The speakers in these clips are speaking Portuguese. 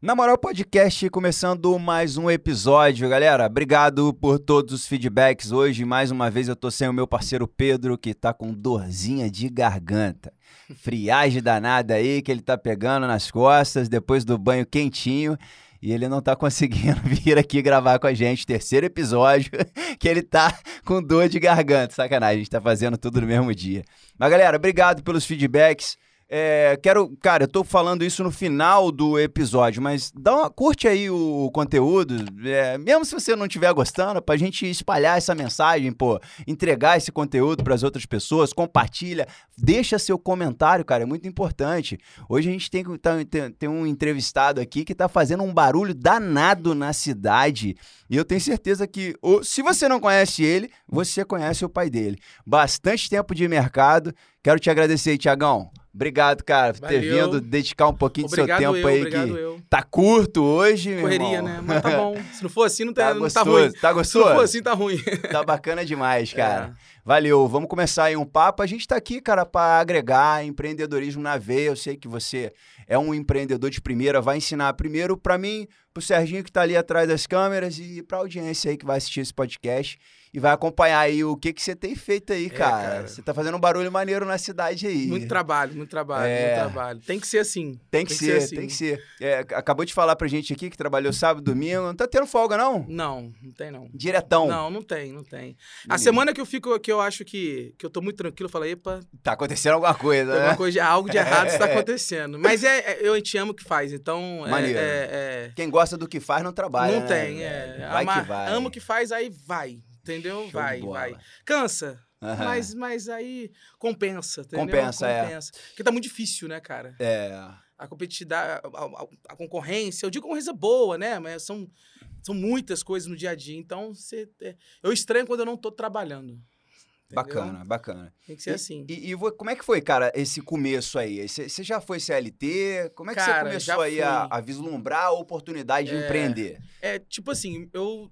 Na Moral Podcast, começando mais um episódio, galera. Obrigado por todos os feedbacks. Hoje, mais uma vez, eu tô sem o meu parceiro Pedro, que tá com dorzinha de garganta. Friagem danada aí, que ele tá pegando nas costas, depois do banho quentinho. E ele não tá conseguindo vir aqui gravar com a gente. Terceiro episódio, que ele tá com dor de garganta. Sacanagem, a gente tá fazendo tudo no mesmo dia. Mas, galera, obrigado pelos feedbacks. Cara, eu tô falando isso no final do episódio, mas curte aí o conteúdo, mesmo se você não estiver gostando, pra gente espalhar essa mensagem, entregar esse conteúdo pras outras pessoas, compartilha, deixa seu comentário, cara, é muito importante. Hoje a gente tem um entrevistado aqui que tá fazendo um barulho danado na cidade, e eu tenho certeza que, se você não conhece ele, você conhece o pai dele. Bastante tempo de mercado, quero te agradecer, Thiagão. Obrigado, cara, por ter vindo, dedicar um pouquinho do seu tempo aí, que tá curto hoje, correria, meu irmão. Né? Mas tá bom. Se não for assim, não tá ruim. Tá gostoso? Se não for assim, tá ruim. Tá bacana demais, cara. Valeu, vamos começar aí um papo. A gente tá aqui, cara, pra agregar empreendedorismo na veia. Eu sei que você é um empreendedor de primeira, vai ensinar primeiro pra mim, pro Serginho que tá ali atrás das câmeras e pra audiência aí que vai assistir esse podcast e vai acompanhar aí o que você tem feito aí, cara. Você tá fazendo um barulho maneiro na cidade aí. Muito trabalho, muito trabalho. Tem que ser assim. Tem que ser. Acabou de falar pra gente aqui que trabalhou sábado, domingo. Não tá tendo folga, não? Não tem, não. Diretão? Não tem. A semana que eu fico, que eu acho que eu tô muito tranquilo, eu falei, epa... Tá acontecendo alguma coisa, né? Algo de errado está acontecendo. Mas eu te amo o que faz, então... Maneiro. Quem gosta do que faz não trabalha, não tem, Vai que vai. Ama o que faz, aí vai. Entendeu? Show vai. Cansa, mas aí compensa, entendeu? Compensa. Porque tá muito difícil, né, cara? A competitividade, a concorrência, eu digo concorrência boa, né? Mas são muitas coisas no dia a dia, então eu estranho quando eu não tô trabalhando. Entendeu? Bacana. Tem que ser assim. E como é que foi, cara, esse começo aí? Você já foi CLT? Como é que você começou aí a vislumbrar a oportunidade de empreender? Tipo assim,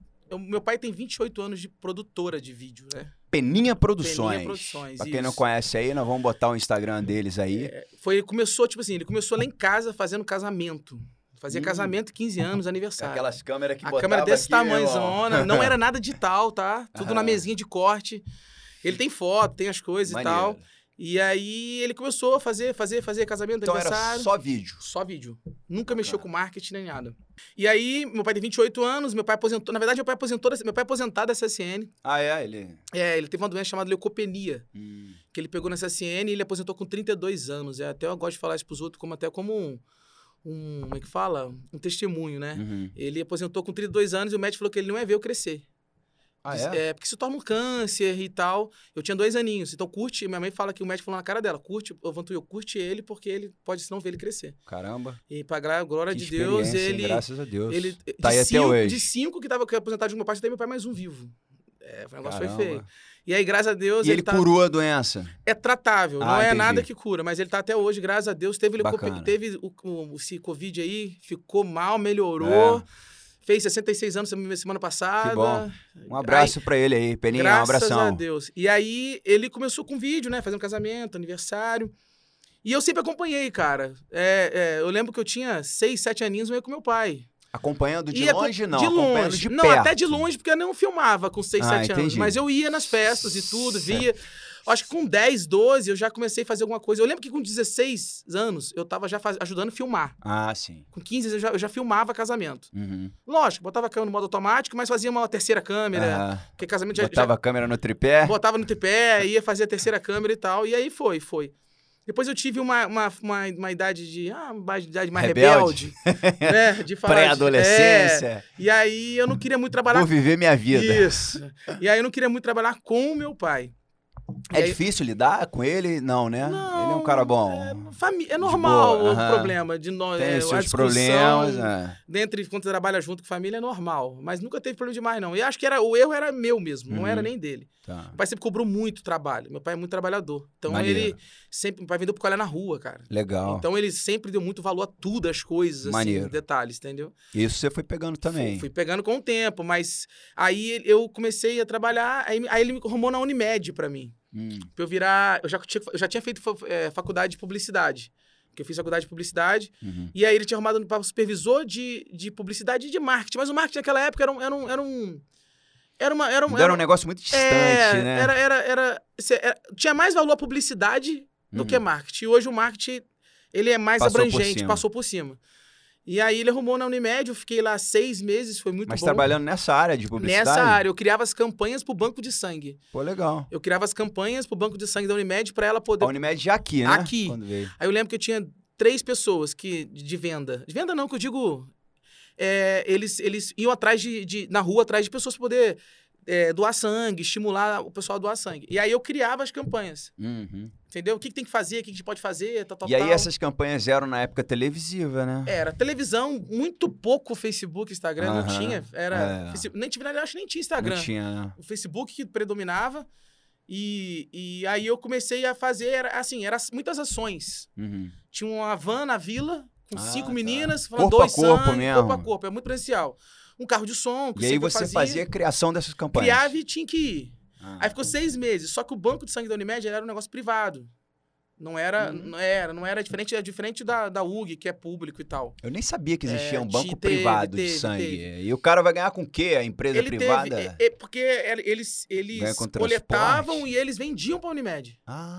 meu pai tem 28 anos de produtora de vídeo, né? Peninha Produções. Pra quem isso. não conhece aí, nós vamos botar o Instagram deles aí. Ele começou lá em casa fazendo casamento. Fazia casamento, 15 anos, aniversário. Aquelas câmeras que botava a câmera desse aqui, tamanhozona, não era nada digital, tá? Tudo na mesinha de corte. Ele tem foto, tem as coisas e tal. E aí ele começou a fazer casamento, então aniversário. Era só vídeo? Só vídeo. Nunca mexeu com marketing nem nada. E aí, meu pai tem 28 anos, meu pai aposentou. Na verdade, meu pai é aposentado da CSN. Ele teve uma doença chamada leucopenia, que ele pegou na CSN e ele aposentou com 32 anos. Até eu gosto de falar isso pros outros como como é que fala? Um testemunho, né? Ele aposentou com 32 anos e o médico falou que ele não ia ver eu crescer. Porque se torna um câncer e tal. Eu tinha 2 aninhos. Então, curte. Minha mãe fala que o médico falou na cara dela: curte ele, porque ele pode não ver ele crescer. Caramba. E pra glória de Deus, ele. Graças a Deus. Ele, tá aí até hoje. De 5 que tava aposentado de meu pai, só tem meu pai mais um vivo. O negócio foi feio. E aí, graças a Deus. E ele curou a doença? É tratável. Não é entendi. Nada que cura, mas ele tá até hoje, graças a Deus. Teve esse Covid aí, ficou mal, melhorou. Fez 66 anos semana passada. Que bom. Um abraço pra ele aí, Peninha, um abração. Graças a Deus. E aí, ele começou com vídeo, né? Fazendo casamento, aniversário. E eu sempre acompanhei, cara. Eu lembro que eu tinha 6, 7 aninhos, eu ia com meu pai. Acompanhando de longe, não? De longe. De não, perto. Até de longe, porque eu não filmava com 6, 7 anos. Mas eu ia nas festas e tudo, via... Acho que com 10, 12, eu já comecei a fazer alguma coisa. Eu lembro que com 16 anos, eu tava já ajudando a filmar. Sim. Com 15, eu já filmava casamento. Lógico, botava a câmera no modo automático, mas fazia uma terceira câmera. Porque casamento botava a câmera no tripé? Botava no tripé, ia fazer a terceira câmera e tal. E aí foi. Depois eu tive uma idade uma idade mais rebelde. Né? De falar pré-adolescência. E aí eu não queria muito trabalhar... Vou viver minha vida. Isso. E aí eu não queria muito trabalhar com o meu pai. Difícil lidar com ele? Não, né? Não, ele é um cara bom. É normal o problema. Tem os seus problemas. Dentre quando você trabalha junto com família, é normal. Mas nunca teve problema demais, não. E acho que o erro era meu mesmo, não era nem dele. Meu pai sempre cobrou muito trabalho. Meu pai é muito trabalhador. Então meu pai vendeu picolé na rua, cara. Legal. Então ele sempre deu muito valor a tudo, as coisas, assim, detalhes, entendeu? Isso você foi pegando também. Fui pegando com o tempo, mas aí eu comecei a trabalhar, aí ele me arrumou na Unimed pra mim. Pra eu virar... Eu já tinha feito faculdade de publicidade. que eu fiz faculdade de publicidade. E aí ele tinha arrumado para supervisor de publicidade e de marketing. Mas o marketing naquela época era um negócio muito distante, né? Tinha mais valor a publicidade do que marketing. E hoje o marketing, ele é mais abrangente, passou por cima. E aí ele arrumou na Unimed, eu fiquei lá 6 meses, foi muito bom. Mas trabalhando nessa área de publicidade? Nessa área, eu criava as campanhas pro banco de sangue. Pô, legal. Eu criava as campanhas pro banco de sangue da Unimed pra ela poder... A Unimed aqui, né? Aqui. Aí eu lembro que eu tinha 3 pessoas de venda. De venda não, que eu digo... Eles iam atrás na rua, atrás de pessoas pra poder... doar sangue, estimular o pessoal a doar sangue. E aí eu criava as campanhas. Entendeu? O que tem que fazer, o que a gente pode fazer, tal. E aí essas campanhas eram na época televisiva, né? Era televisão, muito pouco Facebook, Instagram, não tinha. Acho que nem tinha Instagram. Não tinha, né? O Facebook que predominava. E aí eu comecei a fazer, eram muitas ações. Tinha uma van na vila, com 5 meninas, falando corpo 2 a corpo sangue, mesmo. Corpo a corpo, é muito presencial. Um carro de som. E aí você fazia a criação dessas campanhas? Criava e tinha que ir. Aí ficou 6 meses. Só que o banco de sangue da Unimed era um negócio privado. Não era diferente da UG, que é público e tal. Eu nem sabia que existia um banco privado de sangue. E o cara vai ganhar com o quê? A empresa privada? Porque eles coletavam e eles vendiam pra Unimed.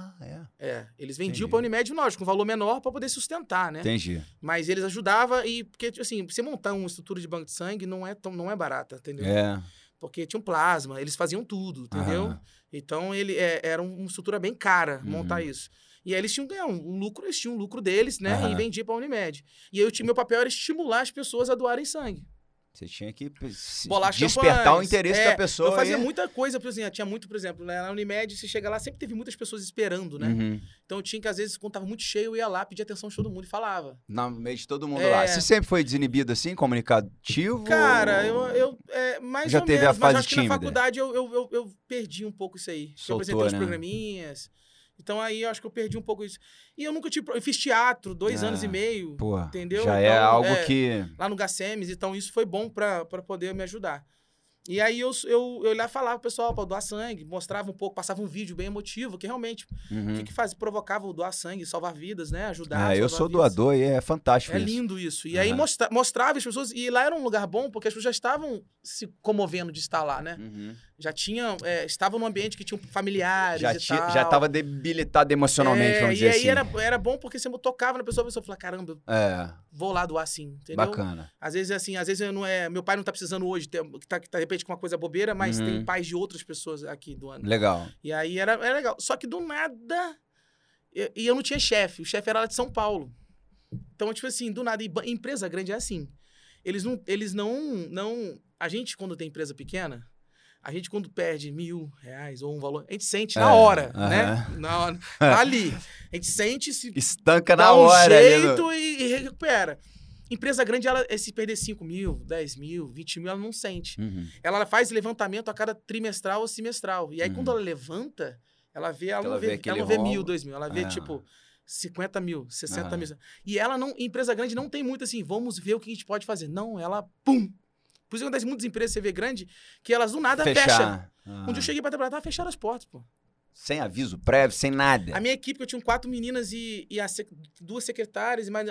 Eles vendiam pra Unimed, lógico, com um valor menor pra poder sustentar, né? Entendi. Mas eles ajudavam porque, assim, você montar uma estrutura de banco de sangue não é barata, entendeu? Porque tinha um plasma, eles faziam tudo, entendeu? Então, era uma estrutura bem cara montar isso. E aí eles tinham que ganhar um lucro, eles tinham um lucro deles, né? E vendiam pra Unimed. E aí meu papel era estimular as pessoas a doarem sangue. Você tinha que despertar o interesse da pessoa. Eu fazia muita coisa, por exemplo, tinha muito, por exemplo, na Unimed, você chega lá, sempre teve muitas pessoas esperando, né? Então eu tinha que, às vezes, quando tava muito cheio, eu ia lá, pedia atenção de todo mundo e falava. No meio de todo mundo lá. Você sempre foi desinibido assim, comunicativo? Cara, eu mais já ou teve menos, a fase mas acho que na tímida? faculdade eu perdi um pouco isso aí. Soltou, eu apresentei uns né? programinhas. Então aí eu acho que eu perdi um pouco isso. E eu nunca eu fiz teatro 2 anos e meio, entendeu? Já é algo que... Lá no Gacemes, então isso foi bom pra poder me ajudar. E aí eu lá falava pro pessoal pra doar sangue, mostrava um pouco, passava um vídeo bem emotivo, que realmente, o que faz, provocava o doar sangue, salvar vidas, né? Ajudar. Eu sou doador e é fantástico isso. É lindo isso. E aí mostrava as pessoas, e lá era um lugar bom, porque as pessoas já estavam se comovendo de estar lá, né? Já tinham, estavam num ambiente que tinham familiares já estava debilitado emocionalmente, vamos dizer assim. E aí era bom porque você tocava na pessoa, a pessoa falava, caramba, vou lá doar assim, entendeu? Bacana. Às vezes, assim, meu pai não tá precisando hoje, que tá de repente com uma coisa bobeira, mas tem pais de outras pessoas aqui doando. Legal. E aí era legal. Só que do nada, eu não tinha chefe, o chefe era lá de São Paulo. Então, tipo assim, do nada, e empresa grande é assim. Eles não... A gente, quando tem empresa pequena, a gente, quando perde R$1.000 ou um valor, a gente sente na hora, né? Tá ali. A gente sente, estanca na hora. Dá um jeito e recupera. Empresa grande, se perder 5 mil, 10 mil, 20 mil, ela não sente. Ela faz levantamento a cada trimestral ou semestral. E aí, quando ela levanta, ela não vê 1.000, 2.000. Ela vê, tipo, 50 mil, 60 mil. E empresa grande não tem muito assim, vamos ver o que a gente pode fazer. Não, ela, pum! Por isso acontece muitas empresas, você vê grande, que elas do nada fecham. Um dia eu cheguei pra trabalhar, tava fechando as portas, pô. Sem aviso prévio, sem nada. A minha equipe, eu tinha 4 meninas e 2 secretárias, mas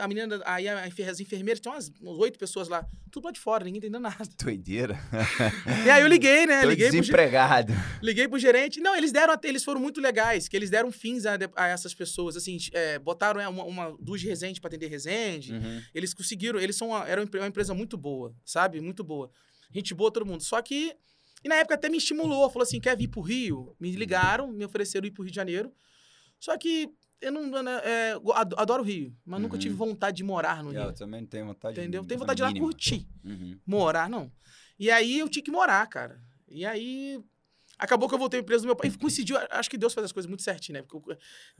as enfermeiras, tinha umas 8 pessoas lá. Tudo lá de fora, ninguém entendendo nada. Doideira. E aí eu liguei, né? Desempregado. Liguei pro gerente. Não, eles foram muito legais, que eles deram fins a essas pessoas, assim, botaram 2 de Resende pra atender Resende. Eles conseguiram, eram uma empresa muito boa, sabe? Muito boa. Gente boa, todo mundo. Só que... E na época até me estimulou, falou assim, quer vir pro Rio? Me ligaram, me ofereceram ir pro Rio de Janeiro. Só que eu não adoro o Rio, mas nunca tive vontade de morar no Rio. Eu também não tenho vontade. Entendeu? Tenho vontade de ir lá curtir. Morar, não. E aí eu tinha que morar, cara. E aí acabou que eu voltei pra empresa do meu pai. E coincidiu, acho que Deus faz as coisas muito certinho, né? Porque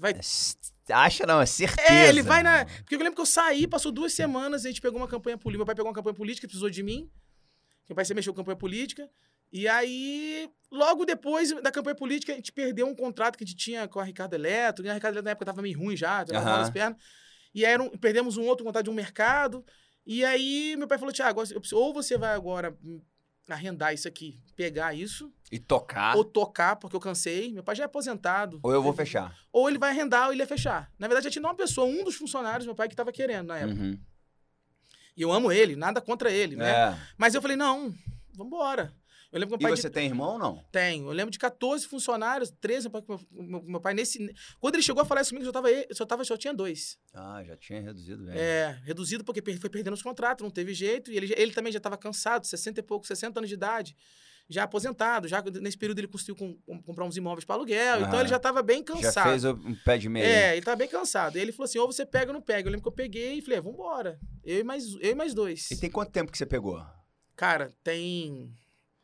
Acha não, é certeza. Ele vai na... Porque eu lembro que eu saí, passou 2 semanas, a gente pegou uma campanha política. Meu pai pegou uma campanha política, precisou de mim. Meu pai sempre mexeu com campanha política. E aí, logo depois da campanha política, a gente perdeu um contrato que a gente tinha com a Ricardo Eletro. E a Ricardo Eletro na época tava meio ruim já, tava mal nas pernas. E aí perdemos um outro contrato de um mercado. E aí meu pai falou, Thiago, ou você vai agora arrendar isso aqui, pegar isso... E tocar. Ou tocar, porque eu cansei. Meu pai já é aposentado. Ou eu vou fechar. Ou ele vai arrendar ou ele ia fechar. Na verdade, já tinha uma pessoa, um dos funcionários do meu pai que tava querendo na época. Uhum. E eu amo ele, nada contra ele, né? Mas eu falei, não, vambora. Eu lembro que meu pai você tem irmão ou não? Tenho. Eu lembro de 14 funcionários, 13, meu pai nesse... Quando ele chegou a falar isso comigo, só tinha 2. Ah, já tinha reduzido mesmo. Reduzido porque foi perdendo os contratos, não teve jeito. E ele também já estava cansado, 60 anos de idade. Já aposentado, já nesse período ele conseguiu comprar uns imóveis para aluguel, então ele já estava bem cansado. Já fez um pé de meia. Ele estava bem cansado. E ele falou assim, ou você pega ou não pega. Eu lembro que eu peguei e falei, vambora. Eu e mais 2. E tem quanto tempo que você pegou? Cara, tem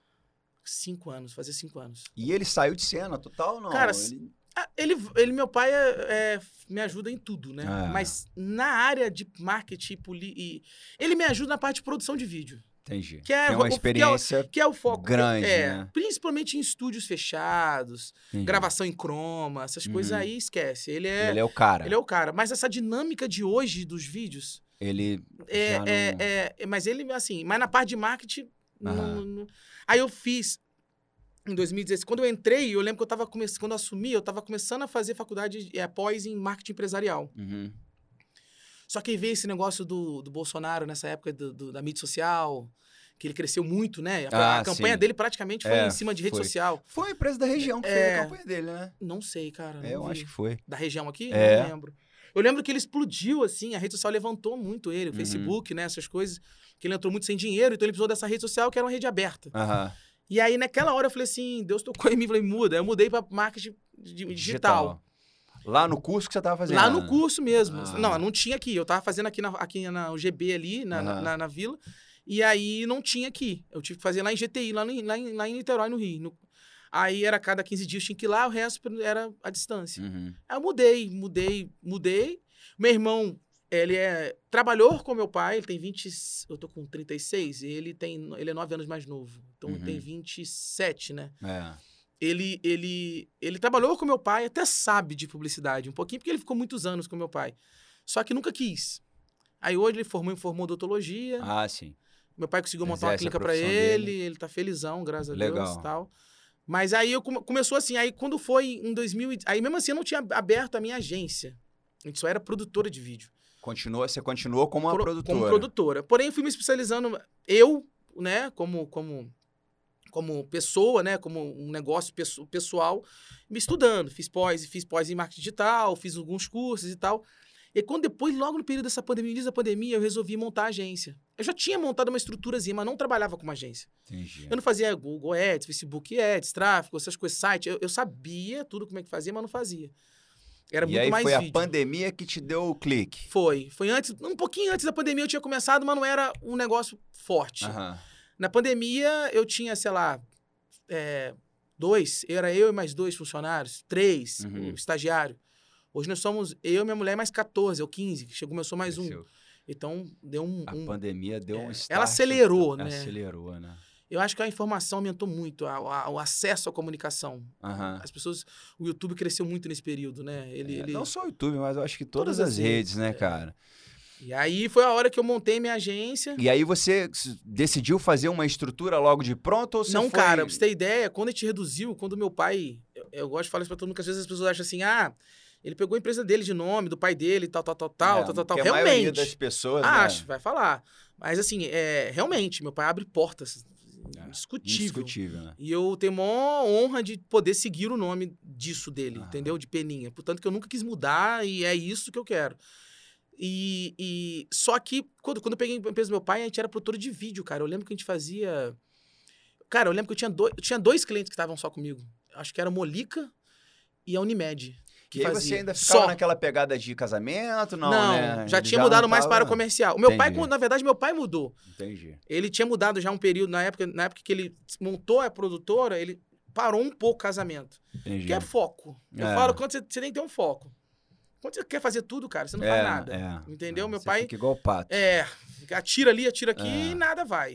5 anos, fazer 5 anos. E ele saiu de cena total ou não? Cara, meu pai me ajuda em tudo, né? Mas na área de marketing ele me ajuda na parte de produção de vídeo. Entendi. Tem uma experiência que é o foco. Grande, né? Principalmente em estúdios fechados, gravação em croma, essas coisas aí, esquece. Ele é o cara. Ele é o cara. Mas essa dinâmica de hoje dos vídeos... Ele mas ele, assim... Mas na parte de marketing... Aí eu fiz... Em 2016, quando eu entrei, eu lembro que eu tava quando eu assumi, eu tava começando a fazer faculdade pós em marketing empresarial. Uhum. Só que aí veio esse negócio do Bolsonaro, nessa época da mídia social, que ele cresceu muito, né? A campanha dele praticamente foi em cima de rede social. Foi a empresa da região que fez a campanha dele, né? Não sei, cara. Eu acho que foi. Da região aqui? Não lembro. Eu lembro que ele explodiu, assim, a rede social levantou muito ele, o Facebook, né? Essas coisas, que ele entrou muito sem dinheiro, então ele precisou dessa rede social que era uma rede aberta. E aí, naquela hora, eu falei assim, Deus tocou em mim, falei, muda. Eu mudei pra marketing digital. Lá no curso que você tava fazendo? Lá no curso mesmo. Não tinha aqui. Eu tava fazendo aqui na UGB ali, na vila. E aí, não tinha aqui. Eu tive que fazer lá em GTI, lá em Niterói, no Rio. Aí, era cada 15 dias tinha que ir lá, o resto era à distância. Aí, eu mudei. Meu irmão, ele trabalhou com meu pai, ele tem 20... Eu tô com 36, ele é 9 anos mais novo. Então, tem 27, né? Ele trabalhou com meu pai, até sabe de publicidade um pouquinho, porque ele ficou muitos anos com meu pai. Só que nunca quis. Aí hoje ele formou odontologia. Sim. Meu pai conseguiu montar uma clínica pra ele, ele tá felizão, graças a Deus e tal. Mas aí começou assim, aí quando foi em 2000... Aí mesmo assim eu não tinha aberto a minha agência. A gente só era produtora de vídeo. Você continuou como uma produtora? Como produtora. Porém, eu fui me especializando, né, como pessoa, né, como um negócio pessoal, me estudando. Fiz pós em marketing digital, fiz alguns cursos e tal. E depois, logo no período dessa pandemia, início da pandemia, eu resolvi montar a agência. Eu já tinha montado uma estruturazinha, mas não trabalhava com uma agência. Entendi. Eu não fazia Google Ads, Facebook Ads, tráfego, essas coisas, site. Eu sabia tudo como é que fazia, mas não fazia. Era muito mais vídeo. E aí foi a pandemia que te deu o clique? Foi antes, um pouquinho antes da pandemia eu tinha começado, mas não era um negócio forte. Na pandemia eu tinha, sei lá, 2, era eu e mais 2 funcionários, 3, o estagiário. Hoje nós somos eu e minha mulher mais 14 ou 15, que começou mais um. Então deu A pandemia deu um start. Ela acelerou, né? Acelerou, né? Eu acho que a informação aumentou muito, o acesso à comunicação. As pessoas... O YouTube cresceu muito nesse período, né? Não só o YouTube, mas eu acho que todas as redes, né, cara? E aí foi a hora que eu montei minha agência. E aí você decidiu fazer uma estrutura logo de pronto ou você Não, cara, pra você ter ideia, quando a gente reduziu, quando meu pai... Eu gosto de falar isso pra todo mundo, que às vezes as pessoas acham assim, ele pegou a empresa dele de nome, do pai dele, tal. Realmente. A maioria das pessoas, acho, vai falar. Mas assim, realmente, meu pai abre portas... Indiscutível, né? E eu tenho a maior honra de poder seguir o nome disso dele, entendeu? De Peninha. Portanto, que eu nunca quis mudar e é isso que eu quero. Só que, quando eu peguei a empresa do meu pai, a gente era produtor de vídeo, cara. Eu lembro que a gente fazia... Cara, eu lembro que eu tinha 2 clientes que estavam só comigo. Acho que era a Molica e a Unimed. E aí você ainda ficava naquela pegada de casamento? Não, né? Já tinha mudado mais para o comercial. O meu pai, na verdade, meu pai mudou. Entendi. Ele tinha mudado já um período, na época que ele montou a produtora, ele parou um pouco o casamento. Entendi. Que é foco. Eu falo, quando você tem que ter um foco. Quando você quer fazer tudo, cara, você não faz nada. Entendeu? Meu pai... Fica igual o pato. Atira ali, atira aqui e nada vai.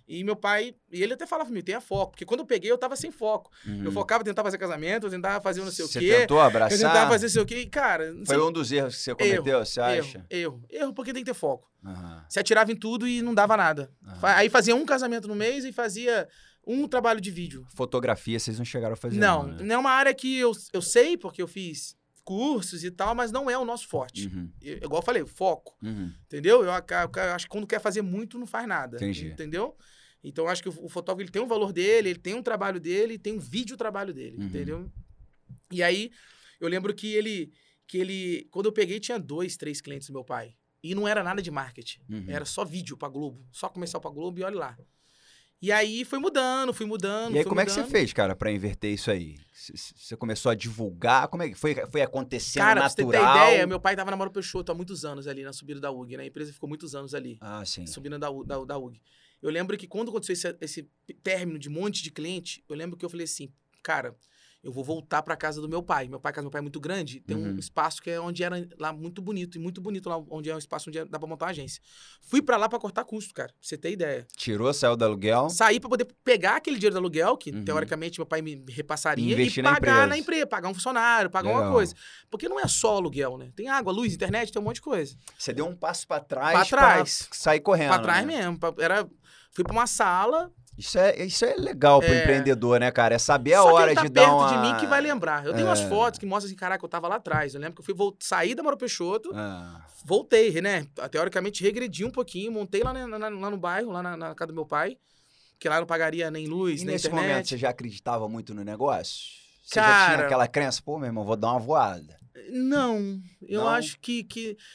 E meu pai, e ele até falava pra mim, tenha foco. Porque quando eu peguei, eu tava sem foco. Eu focava em tentar fazer casamento, eu tentava fazer não sei o quê. Você tentou abraçar? Eu tentava fazer não sei o quê. E, cara... Foi um dos erros que você cometeu, você acha? Erro, porque tem que ter foco. Você atirava em tudo e não dava nada. Aí fazia um casamento no mês e fazia um trabalho de vídeo. Fotografia vocês não chegaram a fazer, não, né? Não é uma área que eu sei, porque eu fiz cursos e tal, mas não é o nosso forte. Igual eu falei, foco. Entendeu? Eu acho que quando quer fazer muito, não faz nada. Entendi. Entendeu? Então, eu acho que o fotógrafo ele tem um valor dele, ele tem um trabalho dele, tem um vídeo trabalho dele, entendeu? E aí, eu lembro que ele... Quando eu peguei, tinha 2, 3 clientes do meu pai. E não era nada de marketing. Era só vídeo pra Globo. Só comercial pra Globo e olha lá. E aí, fui mudando. E aí, como é que você fez, cara, pra inverter isso aí? Você começou a divulgar? Como é que foi acontecendo natural? Cara, pra você ter ideia, meu pai tava na Mauro Peixoto há muitos anos ali, na subida da UG, né? A empresa ficou muitos anos ali. Ah, sim. Subindo da UG. Eu lembro que quando aconteceu esse término de um monte de cliente, eu lembro que eu falei assim, cara... Eu vou voltar pra casa do meu pai. A casa do meu pai é muito grande. Tem um espaço que é onde era lá muito bonito. E muito bonito lá, onde é um espaço onde dá pra montar uma agência. Fui pra lá pra cortar custo, cara. Pra você ter ideia. Saiu do aluguel? Saí pra poder pegar aquele dinheiro do aluguel, que teoricamente meu pai me repassaria. E pagar na empresa. Pagar um funcionário, pagar uma coisa. Porque não é só aluguel, né? Tem água, luz, internet, tem um monte de coisa. Você deu um passo pra trás pra sair correndo. Pra trás mesmo. Fui pra uma sala... Isso é legal pro empreendedor, né, cara? É saber a hora de dar uma... perto de mim que vai lembrar. Eu tenho umas fotos que mostram assim, caraca, eu tava lá atrás. Eu lembro que eu fui sair da Mauro Peixoto, voltei, né? Teoricamente, regredi um pouquinho, montei lá no bairro, lá na casa do meu pai, que lá não pagaria nem luz, nem internet. E nesse momento, você já acreditava muito no negócio? Você já tinha aquela crença, pô, meu irmão, vou dar uma voada. Não, eu acho que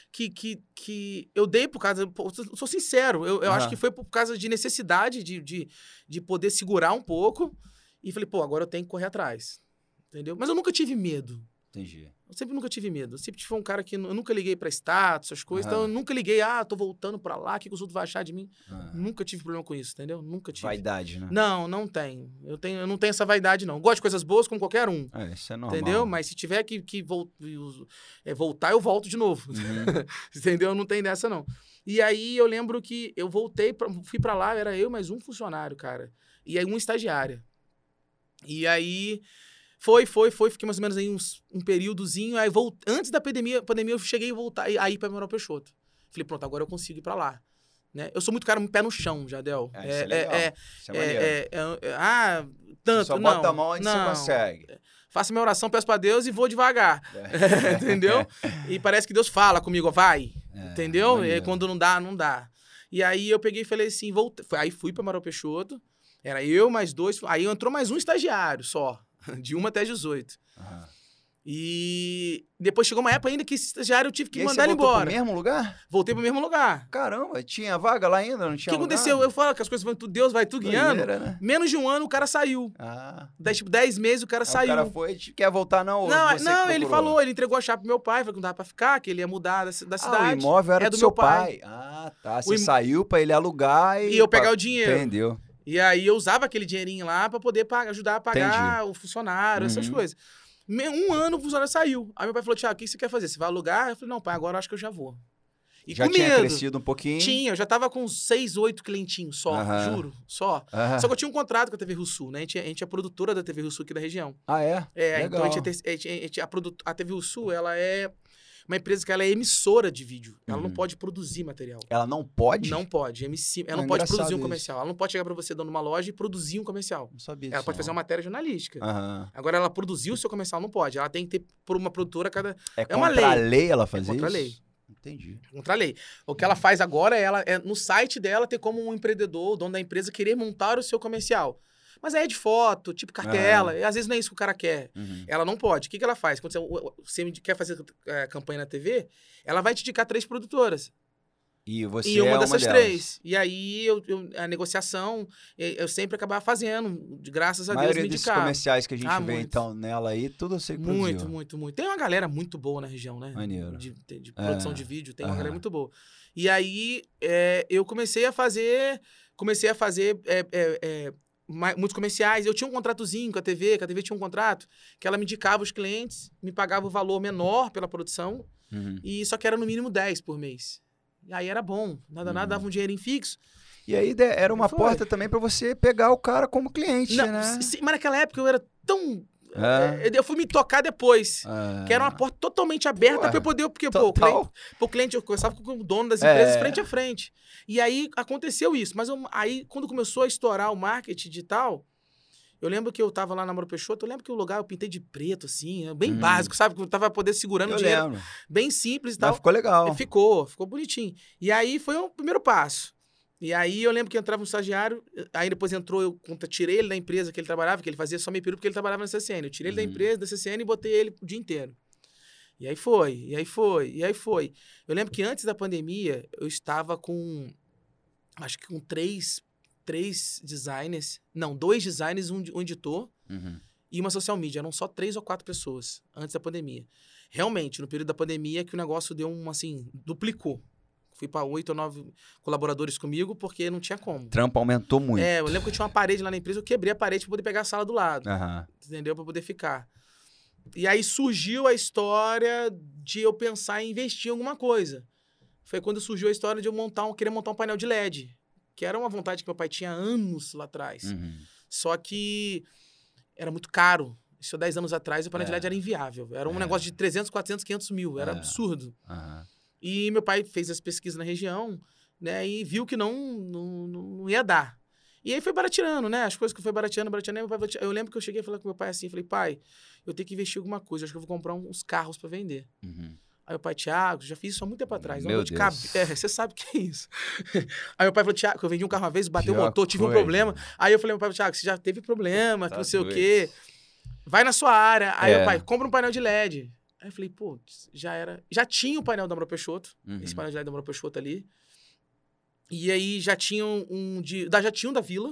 eu dei por causa... Eu sou sincero, eu acho que foi por causa de necessidade de poder segurar um pouco. E falei, pô, agora eu tenho que correr atrás. Entendeu? Mas eu nunca tive medo. Entendi. Eu nunca tive medo. Eu sempre fui um cara que... Eu nunca liguei pra status, essas coisas. Então, eu nunca liguei, tô voltando pra lá, o que os outros vão achar de mim? Nunca tive problema com isso, entendeu? Nunca tive. Vaidade, né? Não tenho. Eu não tenho essa vaidade, não. Gosto de coisas boas como qualquer um. Isso é normal. Entendeu? Mas se tiver que voltar, eu volto de novo. Entendeu? Não tem dessa, não. E aí, eu lembro que eu voltei, fui pra lá, era eu mais um funcionário, cara. E aí, uma estagiária. E aí... Fiquei mais ou menos aí um períodozinho, aí antes da pandemia eu cheguei a voltar aí pra Mauro Peixoto. Falei, pronto, agora eu consigo ir pra lá. Né? Eu sou muito cara, pé no chão, Jadel. Isso é legal. Isso é maneiro. Tanto, só bota a mão onde você consegue. Faço minha oração, peço pra Deus e vou devagar. Entendeu? E parece que Deus fala comigo, vai. Entendeu? E aí, quando não dá, não dá. E aí eu peguei e falei assim, aí fui pra Mauro Peixoto, era eu mais 2, aí entrou mais um estagiário só. De 1 até 18. E depois chegou uma época ainda que esse estagiário eu tive que mandar ele embora. Voltou pro mesmo lugar? Voltei pro mesmo lugar. Caramba, tinha vaga lá ainda? Não tinha. O que aconteceu? Eu falo que as coisas vão tudo, Deus vai tudo guiando. Né? Menos de um ano o cara saiu. Tipo, 10 meses o cara saiu. O cara foi, quer voltar não? Não, ele falou, ele entregou a chave pro meu pai, falou que não dava pra ficar, que ele ia mudar da cidade. O imóvel era do seu pai. Tá. Você saiu pra ele alugar e eu pegar o dinheiro. Entendeu. E aí eu usava aquele dinheirinho lá pra poder ajudar a pagar o funcionário, essas coisas. Um ano o funcionário saiu. Aí meu pai falou, Thiago, o que você quer fazer? Você vai alugar? Eu falei, não, pai, agora eu acho que eu já vou. E já tinha crescido um pouquinho? Tinha, eu já tava com 6, 8 clientinhos só, juro, só. Só que eu tinha um contrato com a TV Rio Sul, né? A gente é produtora da TV Rio Sul aqui da região. Legal. Então a TV Rio Sul, ela é uma empresa que ela é emissora de vídeo. Ela não pode produzir material. Ela não pode? Não pode. Ela não pode produzir um comercial. Ela não pode chegar pra você dando uma loja e produzir um comercial. Não sabia ela disso, pode fazer uma matéria jornalística. Agora, ela produzir o seu comercial não pode. Ela tem que ter por uma produtora cada... É uma lei. Contra a lei ela fazer isso? Contra a lei. Entendi. Contra a lei. O que ela faz agora é no site dela ter como um empreendedor, o dono da empresa, querer montar o seu comercial. Mas aí é de foto, tipo cartela, e às vezes não é isso que o cara quer. Ela não pode. O que ela faz? Quando você quer fazer campanha na TV, ela vai te indicar 3 produtoras. E você e uma é dessas uma 3. E aí, a negociação, eu sempre acabava fazendo, graças a Deus, me desses comerciais que a gente vê, muito. Então, nela aí, tudo você que produziu. Muito. Tem uma galera muito boa na região, né? Maneiro. De produção de vídeo, tem uma galera muito boa. E aí, eu comecei a fazer muitos comerciais. Eu tinha um contratozinho com a TV tinha um contrato, que ela me indicava os clientes, me pagava o valor menor pela produção, e só que era no mínimo 10 por mês. E aí era bom, nada, dava um dinheirinho fixo. E aí era uma porta também para você pegar o cara como cliente, né? Sim, mas naquela época eu era tão... Eu fui me tocar depois. Que era uma porta totalmente aberta para eu poder... Porque, o cliente, eu conversava com o dono das empresas frente a frente. E aí aconteceu isso. Mas aí, quando começou a estourar o marketing digital, eu lembro que eu tava lá na Mauro Peixoto, eu lembro que o lugar eu pintei de preto, assim, bem básico, sabe? Que eu tava poder segurando o dinheiro. Lembro. Bem simples e tal. Mas ficou legal. Ficou bonitinho. E aí foi o primeiro passo. E aí eu lembro que entrava um estagiário, aí depois entrou, eu tirei ele da empresa que ele trabalhava, que ele fazia só meio peru porque ele trabalhava na CCN. Eu tirei ele da empresa, da CCN, e botei ele o dia inteiro. E aí foi. Eu lembro que antes da pandemia, eu estava com, acho que com três designers, não, 2 designers, um editor e uma social media. Eram só 3 ou 4 pessoas antes da pandemia. Realmente, no período da pandemia, que o negócio deu duplicou. Fui para 8 ou 9 colaboradores comigo, porque não tinha como. O trampo aumentou muito. Eu lembro que eu tinha uma parede lá na empresa, eu quebrei a parede para poder pegar a sala do lado. Entendeu? Para poder ficar. E aí surgiu a história de eu pensar em investir em alguma coisa. Foi quando surgiu a história de eu querer montar um painel de LED, que era uma vontade que meu pai tinha anos lá atrás. Só que era muito caro. Isso 10 anos atrás, o painel de LED era inviável. Era um negócio de 300, 400, 500 mil. Era absurdo. E meu pai fez as pesquisas na região, né? E viu que não ia dar. E aí foi barateando, né? As coisas que foi barateando. Eu lembro que eu cheguei e falei com meu pai assim, falei, pai, eu tenho que investir em alguma coisa. Acho que eu vou comprar uns carros para vender. Aí o pai, Thiago, já fiz isso há muito tempo atrás. Meu Deus. Você sabe o que é isso. Aí meu pai falou, Thiago, eu vendi um carro uma vez, bateu o motor, tive um problema. Aí eu falei, meu pai, Thiago, você já teve problema, que não sei o quê. Vai na sua área. Aí o pai, compra um painel de LED. Aí eu falei, pô, já tinha o painel da Mauro Peixoto, esse painel de LED da Mauro Peixoto ali. E aí já tinha já tinha um da Vila.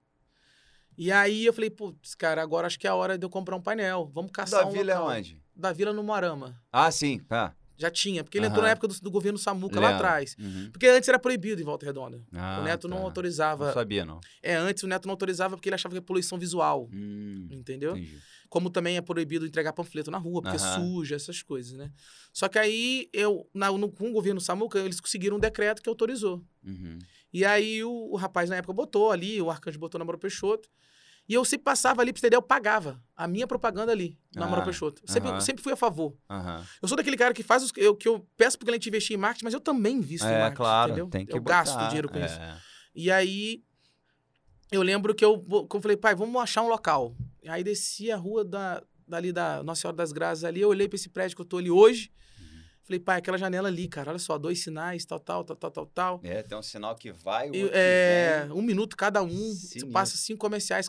E aí eu falei, putz, cara, agora acho que é a hora de eu comprar um painel. Vamos caçar da Vila é onde? Da Vila no Moarama. Ah, sim, tá. Já tinha, porque ele entrou na época do governo Samuca, lá atrás. Porque antes era proibido em Volta Redonda. O Neto não autorizava. Não sabia, não. Antes o Neto não autorizava porque ele achava que é poluição visual. Entendeu? Entendi. Como também é proibido entregar panfleto na rua, porque suja, essas coisas, né? Só que aí, com o governo Samuca, eles conseguiram um decreto que autorizou. E aí o rapaz, na época, botou ali, o Arcanjo botou na Mauro Peixoto. E eu sempre passava ali, pra você entender, eu pagava a minha propaganda ali, na Mauro Peixoto. Sempre fui a favor. Eu sou daquele cara que faz que eu peço pro cliente investir em marketing, mas eu também invisto em marketing, claro, entendeu? Tem que eu gasto dinheiro com isso. E aí, eu lembro que eu falei, pai, vamos achar um local. E aí, desci a rua dali da Nossa Senhora das Graças ali, eu olhei pra esse prédio que eu tô ali hoje. Falei, pai, aquela janela ali, cara, olha só, 2 sinais, tal. Tem um sinal que vai, o outro que vem. 1 minuto cada um. Você passa 5 comerciais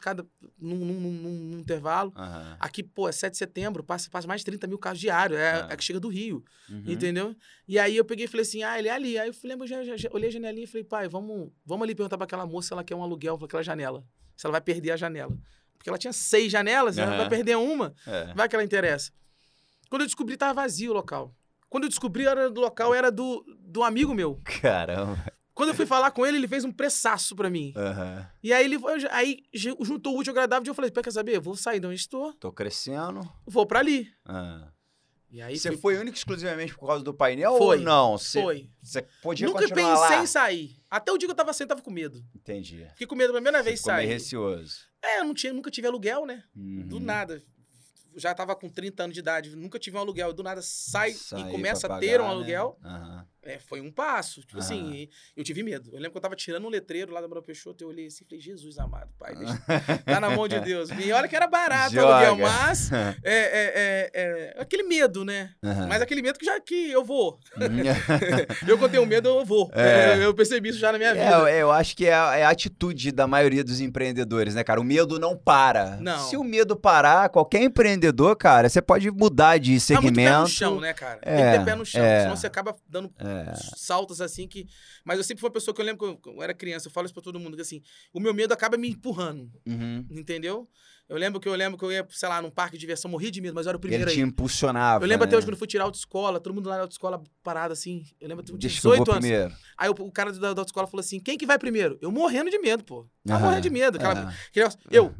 num intervalo. Aqui, pô, é 7 de setembro, passa mais de 30 mil carros diários. É que chega do Rio, entendeu? E aí eu peguei e falei assim, ele é ali. Aí eu falei, já olhei a janelinha e falei, pai, vamos ali perguntar pra aquela moça se ela quer um aluguel pra aquela janela. Se ela vai perder a janela. Porque ela tinha 6 janelas, ela vai perder uma, vai que ela interessa. Quando eu descobri, tava vazio o local. Quando eu descobri, o local era do amigo meu. Caramba. Quando eu fui falar com ele, ele fez um preçaço pra mim. E aí aí juntou o útil ao agradável e eu falei, quer saber? Eu vou sair de onde estou. Tô crescendo. Vou pra ali. E aí você foi único exclusivamente por causa do painel foi, ou não? Foi. Você podia Nunca continuar lá? Pensei em sair. Até o dia que eu tava saindo, tava com medo. Entendi. Fiquei com medo da primeira vez de sair. Meio receoso. Nunca tive aluguel, né? Do nada. Já tava com 30 anos de idade, nunca tive um aluguel. Do nada sai e começa a ter um aluguel. Foi um passo. Tipo assim, eu tive medo. Eu lembro que eu tava tirando um letreiro lá da Mauro Peixoto, eu olhei assim e falei, Jesus amado, pai, tá na mão de Deus. E olha que era barato o aluguel, mas aquele medo, né? Mas aquele medo que eu vou. Eu quando tenho medo, eu vou. Eu percebi isso já na minha vida. Eu acho que é a atitude da maioria dos empreendedores, né, cara? O medo não para. Não. Se o medo parar, qualquer empreendedor, cara, você pode mudar de segmento. Muito pé no chão, né, cara? Tem que ter pé no chão, senão você acaba dando saltos assim que... Mas eu sempre fui uma pessoa que eu lembro que eu era criança, eu falo isso pra todo mundo, que assim, o meu medo acaba me empurrando, entendeu? Eu lembro que eu ia, sei lá, num parque de diversão, morri de medo, mas eu era o primeiro aí. Ele te impulsionava, eu lembro até hoje, quando eu fui tirar a autoescola, todo mundo lá na autoescola parado assim, eu lembro que eu tinha 18 anos. Primeiro. Aí o cara da autoescola falou assim, quem que vai primeiro? Eu morrendo de medo, pô. Tava morrendo de medo. Eu.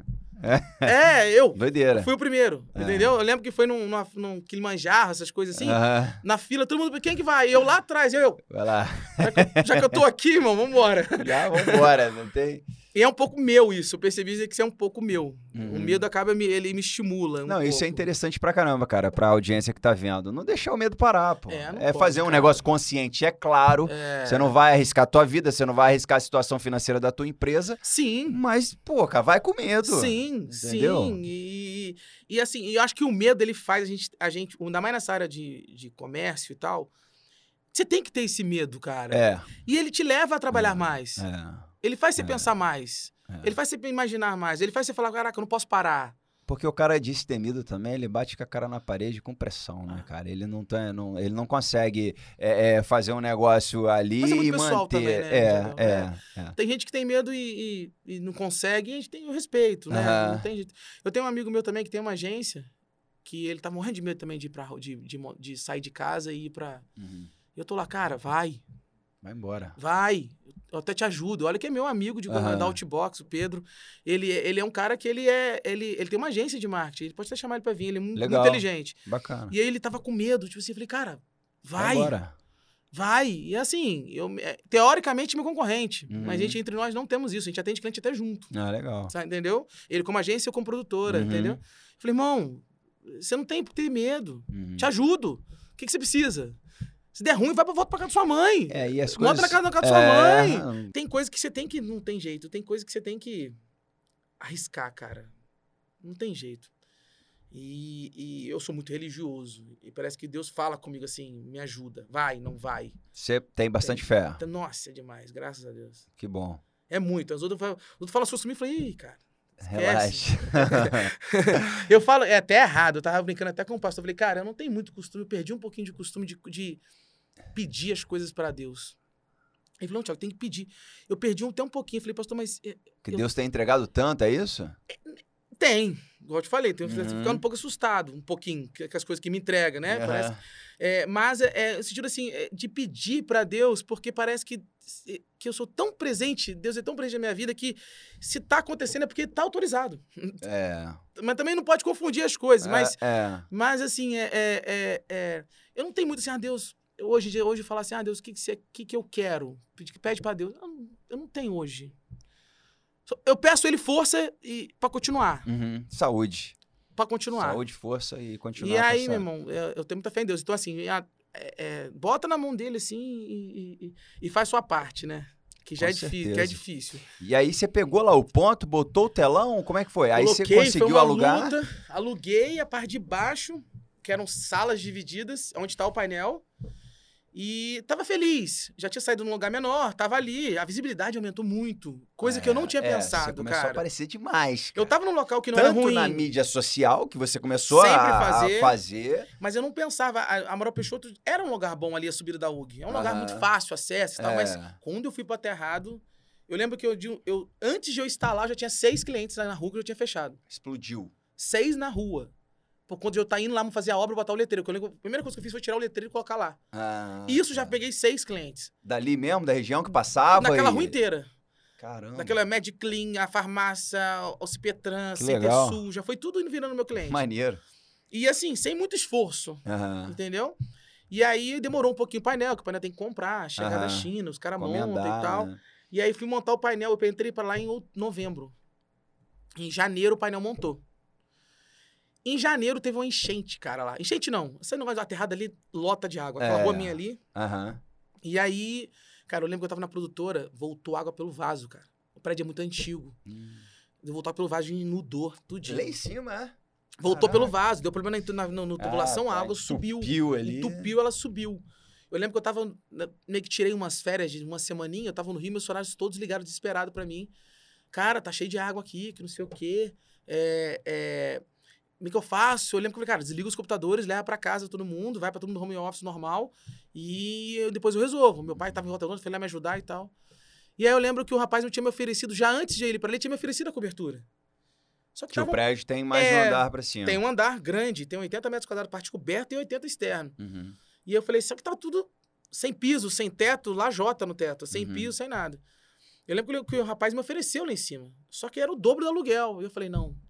Eu. Doideira. Fui o primeiro, entendeu? Eu lembro que foi num Kilimanjaro, essas coisas assim. Na fila, todo mundo, quem que vai? Eu lá atrás, Vai lá. Já que eu tô aqui, irmão, vambora. Já, vambora, não tem... E é um pouco meu isso, eu percebi que isso é um pouco meu. O medo acaba, ele me estimula Não, isso é interessante pra caramba, cara, pra audiência que tá vendo. Não deixar o medo parar, pô. Fazer um negócio consciente, é claro. Você não vai arriscar a tua vida, você não vai arriscar a situação financeira da tua empresa. Sim. Mas, pô, cara, vai com medo. Sim, entendeu? Sim. E assim, eu acho que o medo, ele faz a gente, ainda mais nessa área de comércio e tal, você tem que ter esse medo, cara. E ele te leva a trabalhar mais. Ele faz você pensar mais. Ele faz você imaginar mais. Ele faz você falar, caraca, eu não posso parar. Porque o cara destemido também, ele bate com a cara na parede com pressão, né, cara? Ele não consegue fazer um negócio ali mas é muito e pessoal manter... também, né? Tem gente que tem medo e não consegue, e a gente tem o respeito, né? Não tem jeito. Eu tenho um amigo meu também que tem uma agência que ele tá morrendo de medo também de sair de casa e ir pra... E eu tô lá, cara, vai. Vai embora. Vai. Eu até te ajudo. Olha que é meu amigo da Outbox, o Pedro. Ele é um cara que ele tem uma agência de marketing. Ele pode até chamar ele pra vir. Ele é muito inteligente. Bacana. E aí ele tava com medo. Tipo assim, eu falei, cara, vai. Vai. E assim, teoricamente, meu concorrente. Mas entre nós não temos isso. A gente atende cliente até junto. Legal. Sabe, entendeu? Ele como agência, eu como produtora, entendeu? Eu falei, irmão, você não tem por ter medo. Te ajudo. O que você precisa? Se der ruim, volta pra casa da sua mãe. E as coisas... Volta na casa da sua mãe. Tem coisa que você tem que... Não tem jeito. Tem coisa que você tem que arriscar, cara. Não tem jeito. E eu sou muito religioso. E parece que Deus fala comigo assim, me ajuda. Vai, não vai. Você tem bastante fé. Nossa, é demais. Graças a Deus. Que bom. É muito. Os outros falam as coisas comigo e falei, ih, cara. Relaxa. Eu falo, é até errado. Eu tava brincando até com o pastor. Eu falei, cara, eu não tenho muito costume. Eu perdi um pouquinho de costume de pedir as coisas pra Deus. Ele falou, não, Thiago, tem que pedir. Eu perdi até um pouquinho. Eu falei, pastor, mas... Deus tem entregado tanto, é isso? Tem. Igual eu te falei, eu ficando um pouco assustado, um pouquinho, com as coisas que me entrega, né? Parece, mas no sentido assim, de pedir pra Deus, porque parece que eu sou tão presente, Deus é tão presente na minha vida, que se tá acontecendo é porque tá autorizado. Mas também não pode confundir as coisas, mas assim, eu não tenho muito assim, Deus... Hoje falar assim, Deus, o que eu quero? Pede pra Deus. Eu não tenho hoje. Eu peço ele força pra continuar. Saúde. Pra continuar. Saúde, força e continuar. E aí, meu irmão, eu tenho muita fé em Deus. Então, assim, bota na mão dele, assim, e faz sua parte, né? Que já é difícil. E aí, você pegou lá o ponto, botou o telão? Como é que foi? Aí você conseguiu alugar? Aluguei a parte de baixo, que eram salas divididas, onde tá o painel. E tava feliz. Já tinha saído num lugar menor, tava ali. A visibilidade aumentou muito. Coisa que eu não tinha pensado, você começou a aparecer demais, cara. Eu tava num local que não era ruim. Tanto na mídia social, que você começou a fazer. Mas eu não pensava. A Amaral Peixoto era um lugar bom ali, a subida da UG. É um lugar muito fácil, acesso e tal. Mas quando eu fui pro aterrado, eu lembro que antes de eu estar lá, eu já tinha 6 clientes lá na rua que eu já tinha fechado. Explodiu. 6 na rua. Por conta de eu estar indo lá fazer a obra e botar o letreiro. A primeira coisa que eu fiz foi tirar o letreiro e colocar lá. Isso já peguei 6 clientes. Dali mesmo, da região que passava? Naquela rua inteira. Caramba. Daquela Mediclean, a farmácia, o Cipetran, Sul, já foi tudo indo virando meu cliente. Maneiro. E assim, sem muito esforço. Entendeu? E aí demorou um pouquinho o painel, que o painel tem que comprar, chegar da China, os caras montam e tal. Né? E aí fui montar o painel, eu entrei pra lá em novembro. Em janeiro o painel montou. Em janeiro teve uma enchente, cara, lá. Enchente não. Esse negócio da aterrada ali, lota de água. Aquela rua minha ali. E aí, cara, eu lembro que eu tava na produtora, voltou água pelo vaso, cara. O prédio é muito antigo. Voltou pelo vaso e inundou tudinho. Lá em cima, Voltou pelo vaso. Deu problema na tubulação, a água subiu. Ali. Entupiu, ela subiu. Eu lembro que eu tava... Meio que tirei umas férias de uma semaninha. Eu tava no Rio, meus funcionários todos ligaram desesperados pra mim. Cara, tá cheio de água aqui, que não sei o quê. Como é que eu faço? Eu lembro que eu falei, cara, desliga os computadores, leva pra casa todo mundo, vai pra todo mundo home office normal e depois eu resolvo. Meu pai tava em Volta Redonda, foi lá me ajudar e tal. E aí eu lembro que o rapaz não tinha me oferecido, já antes de ir pra ele, tinha me oferecido a cobertura. Só que o prédio tem mais um andar pra cima. Tem um andar grande, tem 80 metros quadrados parte coberta e 80 externo. E eu falei, só que tava tudo sem piso, sem teto, lajota no teto, sem piso, sem nada. Eu lembro que o rapaz me ofereceu lá em cima, só que era o dobro do aluguel. E eu falei, não.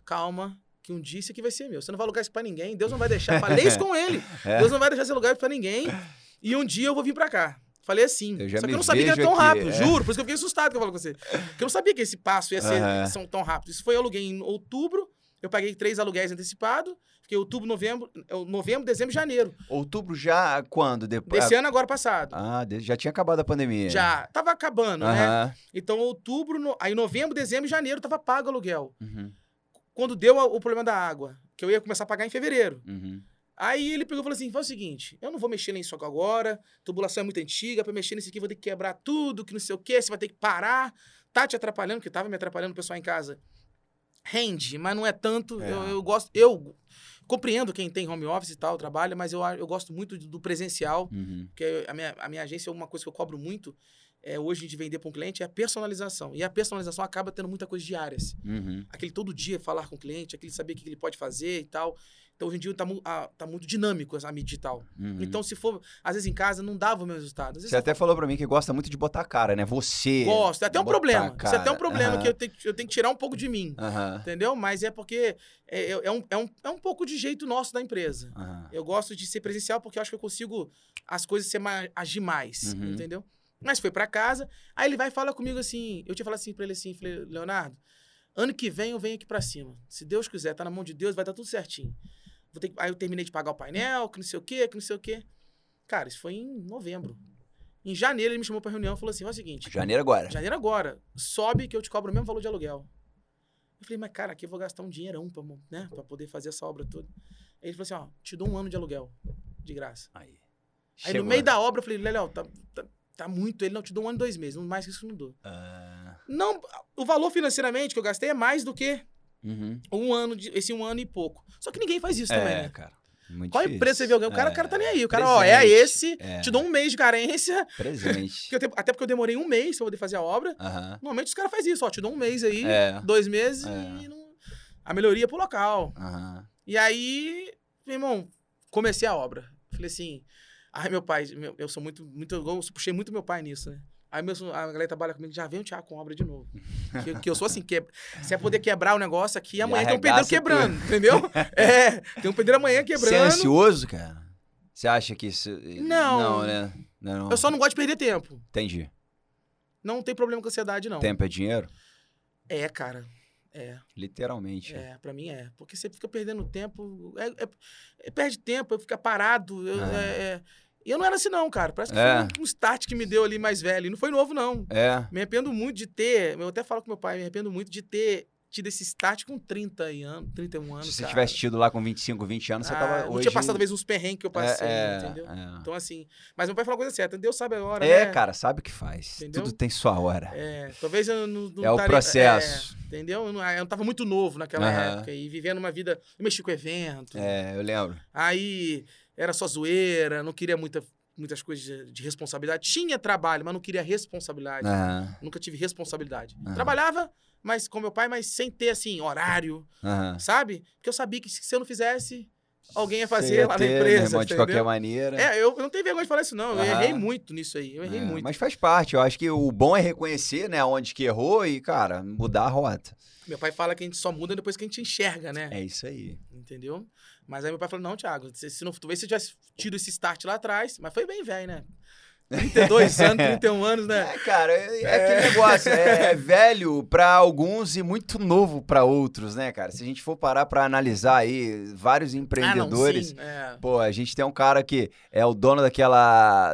calma, que um dia isso aqui vai ser meu. Você não vai alugar isso pra ninguém, Deus não vai deixar. Falei isso com ele. Deus não vai deixar você alugar isso pra ninguém. E um dia eu vou vir pra cá. Falei assim. Só que eu não sabia que era tão rápido, juro. Por isso que eu fiquei assustado que eu falo com você. Porque eu não sabia que esse passo ia ser tão rápido. Isso foi, eu aluguei em outubro, eu paguei 3 aluguéis antecipados. Fiquei outubro, novembro, dezembro e janeiro. Outubro já quando? Desse ano agora passado. Já tinha acabado a pandemia. Já. Tava acabando, né? Então, outubro, aí novembro, dezembro e janeiro tava pago o aluguel. Quando deu o problema da água, que eu ia começar a pagar em fevereiro. Aí ele pegou e falou assim, faz o seguinte, eu não vou mexer nisso agora, tubulação é muito antiga, pra mexer nisso aqui vou ter que quebrar tudo, que não sei o quê, você vai ter que parar. Tá te atrapalhando, porque tava me atrapalhando o pessoal em casa. Rende, mas não é tanto. Eu gosto... Eu compreendo quem tem home office e tal, trabalha, mas eu gosto muito do presencial, porque a minha agência, uma coisa que eu cobro muito, hoje de vender para um cliente, é a personalização. E a personalização acaba tendo muita coisa diárias. Aquele todo dia falar com o cliente, aquele saber o que ele pode fazer e tal. Então, hoje em dia, tá muito dinâmico a mídia digital. Então, se for, às vezes, em casa, não dava o meu resultado. Você até falou pra mim que gosta muito de botar a cara, né? Você... Gosto. É até um problema. Isso é até um problema que eu tenho que tirar um pouco de mim. Entendeu? Mas é porque é um pouco de jeito nosso da empresa. Eu gosto de ser presencial porque eu acho que eu consigo as coisas agir mais. Entendeu? Mas foi pra casa. Aí ele vai e fala comigo assim... Eu tinha falado assim pra ele assim... Falei, Leonardo, ano que vem eu venho aqui pra cima. Se Deus quiser, tá na mão de Deus, vai dar tudo certinho. Aí eu terminei de pagar o painel, que não sei o quê, que não sei o quê. Cara, isso foi em novembro. Em janeiro ele me chamou pra reunião e falou assim, ó, é o seguinte... Janeiro agora. Janeiro agora. Sobe que eu te cobro o mesmo valor de aluguel. Eu falei, mas cara, aqui eu vou gastar um dinheirão pra poder fazer essa obra toda. Aí ele falou assim, ó, te dou 1 ano de aluguel. De graça. Aí no meio da obra eu falei, Léo, tá muito. Ele, não, te dou 1 ano e 2 meses. Mais que isso eu não dou. Não, o valor financeiramente que eu gastei é mais do que... esse 1 ano e pouco. Só que ninguém faz isso também, né? Cara. Muito Qual empresa você vê alguém? O cara tá nem aí. O cara, esse, te dou 1 mês de carência. Presente. Até porque eu demorei 1 mês pra poder fazer a obra. Normalmente os caras fazem isso, ó, te dou 1 mês aí, 2 meses e a melhoria pro local. E aí, meu irmão, comecei a obra. Falei assim, meu pai, eu sou muito, eu puxei muito meu pai nisso, né? Aí a galera trabalha comigo, já vem o Thiago com obra de novo. que eu sou assim, você vai poder quebrar o negócio aqui, amanhã tem um pedreiro quebrando, entendeu? Tem um pedreiro amanhã quebrando. Você é ansioso, cara? Você acha que isso... Não, né? Não. Eu só não gosto de perder tempo. Entendi. Não tem problema com ansiedade, não. Tempo é dinheiro? Cara. Literalmente. Pra mim é. Porque você fica perdendo tempo, perde tempo, fica parado, E eu não era assim, não, cara. Parece que foi um start que me deu ali mais velho. E não foi novo, não. Me arrependo muito de ter... Eu até falo com meu pai, me arrependo muito de ter tido esse start com 31 anos, Se você tivesse tido lá com 25, 20 anos, você tava hoje... Não tinha passado, talvez, uns perrengues que eu passei, entendeu? Então, assim... Mas meu pai falou a coisa certa. Deus sabe a hora, né? Cara, sabe o que faz. Entendeu? Tudo tem sua hora. Talvez eu não o processo. Entendeu? Eu não tava muito novo naquela época. E vivendo uma vida... Eu mexi com evento. Eu lembro. Aí... Era só zoeira, não queria muitas coisas de responsabilidade. Tinha trabalho, mas não queria responsabilidade. Nunca tive responsabilidade. Trabalhava, mas com meu pai, mas sem ter, assim, horário, sabe? Porque eu sabia que se eu não fizesse, alguém ia fazer lá na empresa, de qualquer maneira. Eu não tenho vergonha de falar isso, não. Eu errei muito nisso aí. Eu errei muito. Mas faz parte. Eu acho que o bom é reconhecer, né, onde que errou e, cara, mudar a rota. Meu pai fala que a gente só muda depois que a gente enxerga, né? É isso aí. Entendeu? Mas aí meu pai falou, não, Thiago, se não, talvez você tivesse tido esse start lá atrás, mas foi bem velho, né? 32 anos, 31 anos, né? Cara, aquele negócio, é velho pra alguns e muito novo pra outros, né, cara? Se a gente for parar pra analisar aí vários empreendedores, pô, a gente tem um cara que é o dono daquela...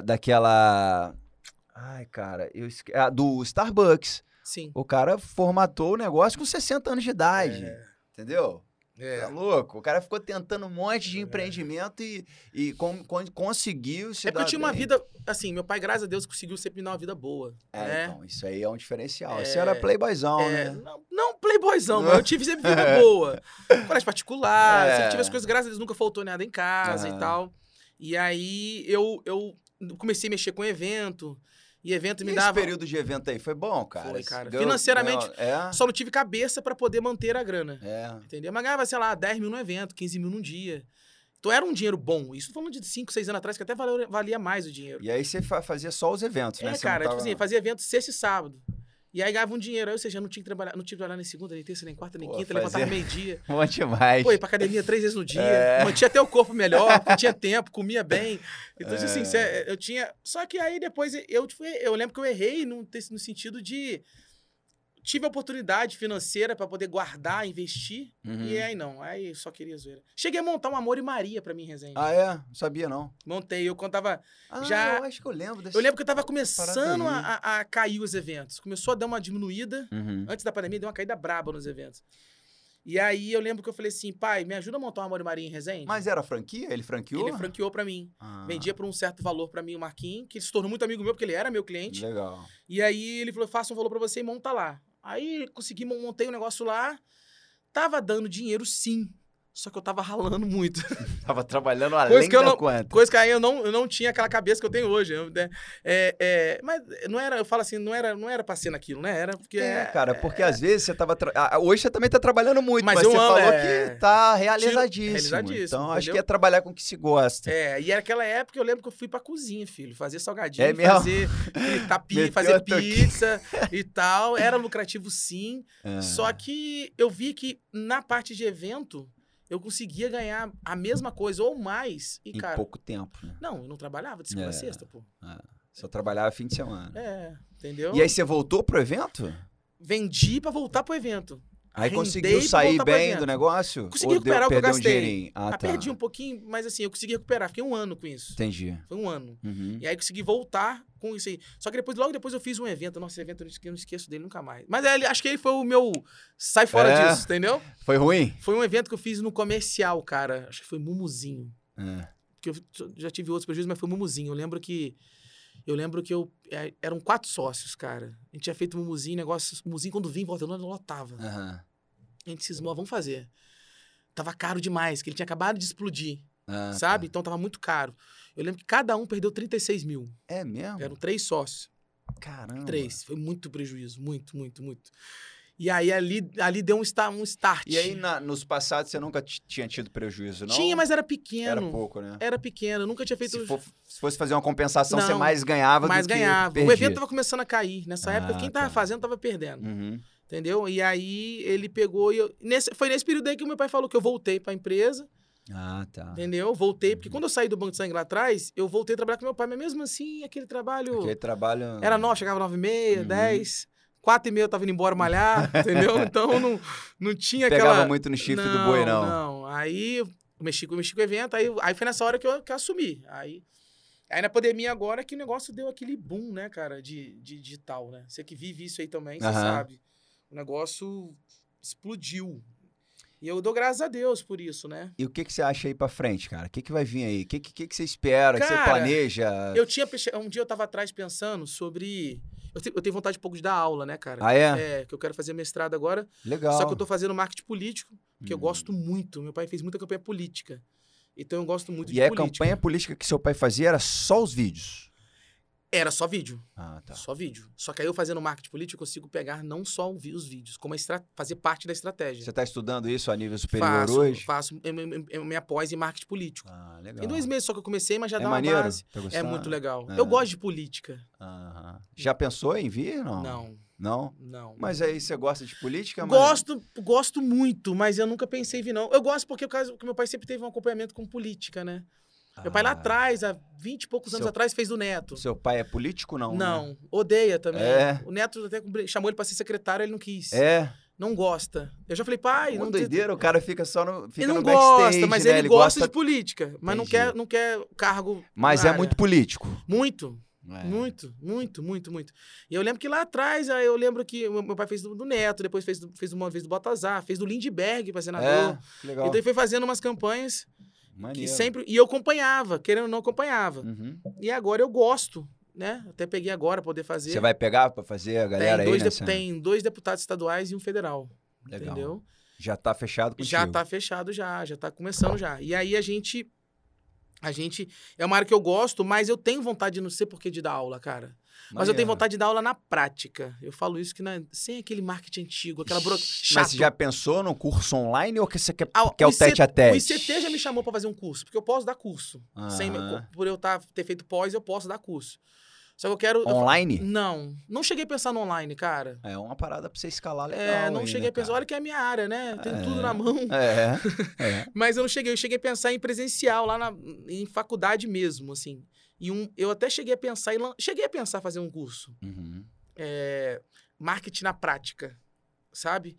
Ai, cara, do Starbucks. Sim. O cara formatou o negócio com 60 anos de idade, entendeu? Tá louco? O cara ficou tentando um monte de empreendimento e conseguiu se dar porque eu tinha uma vida... Assim, meu pai, graças a Deus, conseguiu sempre me dar uma vida boa. Então, isso aí é um diferencial. Você era playboyzão, né? Não playboyzão, mas eu tive sempre vida boa. Colégio particular, sempre tive as coisas, graças a Deus, nunca faltou nada em casa e tal. E aí, eu comecei a mexer com evento... E evento me dava... Esse período de evento aí foi bom, cara? Foi, cara. Financeiramente, só não tive cabeça pra poder manter a grana. Entendeu? Mas ganhava, sei lá, 10 mil no evento, 15 mil num dia. Então era um dinheiro bom. Isso falando de 5, 6 anos atrás, que até valia mais o dinheiro. E aí você fazia só os eventos, né? Cara, tipo assim, fazia evento sexta e sábado. E aí ganhava um dinheiro. Aí, ou seja, eu não tinha que trabalhar nem segunda, nem terça, nem quarta, nem quinta. Levantava meio-dia. Bom demais. Pô, ia pra academia 3 vezes no dia. Mantinha até o corpo melhor, tinha tempo, comia bem. Então, assim, eu tinha... Só que aí depois eu lembro que eu errei no sentido de... Tive a oportunidade financeira para poder guardar, investir. E aí não. Aí eu só queria zoeira. Cheguei a montar um Amor e Maria pra mim em Resende. Ah, é? Não sabia, não. Montei. Eu contava eu acho que eu lembro desse. Eu lembro que eu tava começando a cair os eventos. Começou a dar uma diminuída. Antes da pandemia, deu uma caída braba nos eventos. E aí eu lembro que eu falei assim, pai, me ajuda a montar um Amor e Maria em Resende? Mas era franquia? Ele franqueou? Ele franqueou pra mim. Vendia por um certo valor pra mim o Marquinhos, que ele se tornou muito amigo meu, porque ele era meu cliente. Legal. E aí ele falou, faça um valor pra você e monta lá. Aí montei um negócio lá, tava dando dinheiro sim, só que eu tava ralando muito. Tava trabalhando além da conta. Coisa que aí eu não tinha aquela cabeça que eu tenho hoje. Mas não era, eu falo assim, não era pra ser naquilo, né? Era porque... cara, porque às vezes você tava... Hoje você também tá trabalhando muito, mas você falou que tá realizadíssimo. Então, entendeu? Acho que é trabalhar com o que se gosta. E era aquela época, eu lembro que eu fui pra cozinha, filho. Fazer salgadinho, fazer pizza e tal. Era lucrativo sim. Só que eu vi que na parte de evento... eu conseguia ganhar a mesma coisa ou mais. E, cara, pouco tempo, né? Não, eu não trabalhava de segunda a sexta, pô. Só trabalhava fim de semana. Entendeu? E aí você voltou pro evento? Vendi pra voltar pro evento. Aí conseguiu sair bem do negócio? Consegui recuperar o que eu gastei. Tá. Perdi um pouquinho, mas assim, eu consegui recuperar. Fiquei 1 ano com isso. Entendi. Foi 1 ano. E aí consegui voltar com isso aí. Só que logo depois eu fiz um evento. Nossa, esse evento eu não esqueço dele nunca mais. Mas acho que ele foi o meu... Sai fora disso, entendeu? Foi ruim? Foi um evento que eu fiz no comercial, cara. Acho que foi Mumuzinho. Porque eu já tive outros prejuízos, mas foi Mumuzinho. Eu lembro que eram 4 sócios, cara. A gente tinha feito Mumuzinho, Mumuzinho quando vinha em volta, não lotava. A gente cismou, vamos fazer. Tava caro demais, que ele tinha acabado de explodir, sabe? Então tava muito caro. Eu lembro que cada um perdeu 36 mil. É mesmo? Eram 3 sócios. Caramba. 3. Foi muito prejuízo, muito, muito, muito. E aí ali deu um start. E aí nos passados você nunca tinha tido prejuízo, não? Tinha, mas era pequeno. Era pouco, né? Era pequeno, eu nunca tinha feito... Se fosse fazer uma compensação, você mais ganhava do que perdia. O evento tava começando a cair. Nessa época, quem tava fazendo tava perdendo. Entendeu? E aí ele pegou e foi nesse período aí que o meu pai falou que eu voltei pra empresa. Tá. Entendeu? Voltei, porque quando eu saí do Banco de Sangue lá atrás, eu voltei a trabalhar com meu pai, mas mesmo assim, aquele trabalho... Era 9, chegava 9h30, 10... 4h30 eu tava indo embora malhar, entendeu? Então não tinha aquela... Pegava muito no chifre do boi, não. Não, aí eu mexi com o evento, aí foi nessa hora que eu assumi. Aí na pandemia agora que o negócio deu aquele boom, né, cara, de digital, né? Você que vive isso aí também, você sabe. O negócio explodiu. E eu dou graças a Deus por isso, né? E o que você acha aí pra frente, cara? O que vai vir aí? O que você espera? O que você planeja? Um dia eu tava atrás pensando sobre... Eu tenho vontade um pouco de dar aula, né, cara? Que eu quero fazer mestrado agora. Legal. Só que eu tô fazendo marketing político, que eu gosto muito. Meu pai fez muita campanha política. Então eu gosto muito de política. E a campanha política que seu pai fazia era só os vídeos? Era só vídeo. Tá. Só vídeo. Só que aí eu fazendo marketing político, eu consigo pegar não só os vídeos, como fazer parte da estratégia. Você tá estudando isso a nível superior hoje? Faço. Eu me após em marketing político. Legal. Tem 2 meses só que eu comecei, mas já dá maneiro? Uma base. Tá é muito legal. Eu gosto de política. Já pensou em vir, não? Não. Mas aí você gosta de política? Gosto muito, mas eu nunca pensei em vir, não. Eu gosto porque meu pai sempre teve um acompanhamento com política, né? Meu pai lá atrás, há 20 e poucos anos atrás, fez do Neto. Seu pai é político, não? Não, né? Odeia também. O Neto até chamou ele pra ser secretário, ele não quis. Não gosta. Eu já falei, pai... Não doideira, o cara fica só no ele não backstage, gosta, mas né? ele gosta de política. Mas não quer cargo. Mas é muito político. Muito. Muito. E eu lembro que lá atrás, eu lembro que meu pai fez do Neto, depois fez uma vez do Baltazar, fez do Lindbergh pra senador. Legal. Então ele foi fazendo umas campanhas... Maneiro. E eu acompanhava, querendo ou não, acompanhava. E agora eu gosto, né? Até peguei agora pra poder fazer. Você vai pegar pra fazer a galera Tem 2 deputados estaduais e um federal. Legal. Entendeu? Já tá fechado contigo? Já tá fechado, já tá começando já. E aí a gente... É uma área que eu gosto, mas eu tenho vontade de não sei por que de dar aula, cara. Mas eu tenho vontade de dar aula na prática. Eu falo isso que sem aquele marketing antigo, aquela chato. Mas você já pensou no curso online ou que você quer o tete-a-tete? O ICT já me chamou para fazer um curso, porque eu posso dar curso. Por eu ter feito pós, eu posso dar curso. Só que eu quero... Online? Não cheguei a pensar no online, cara. É uma parada pra você escalar legal. Não cheguei a pensar. Olha que é a minha área, né? Tem tudo na mão. Mas eu não cheguei. Eu cheguei a pensar em presencial, lá em faculdade mesmo, assim. Eu até cheguei a pensar em fazer um curso. Marketing na prática, sabe?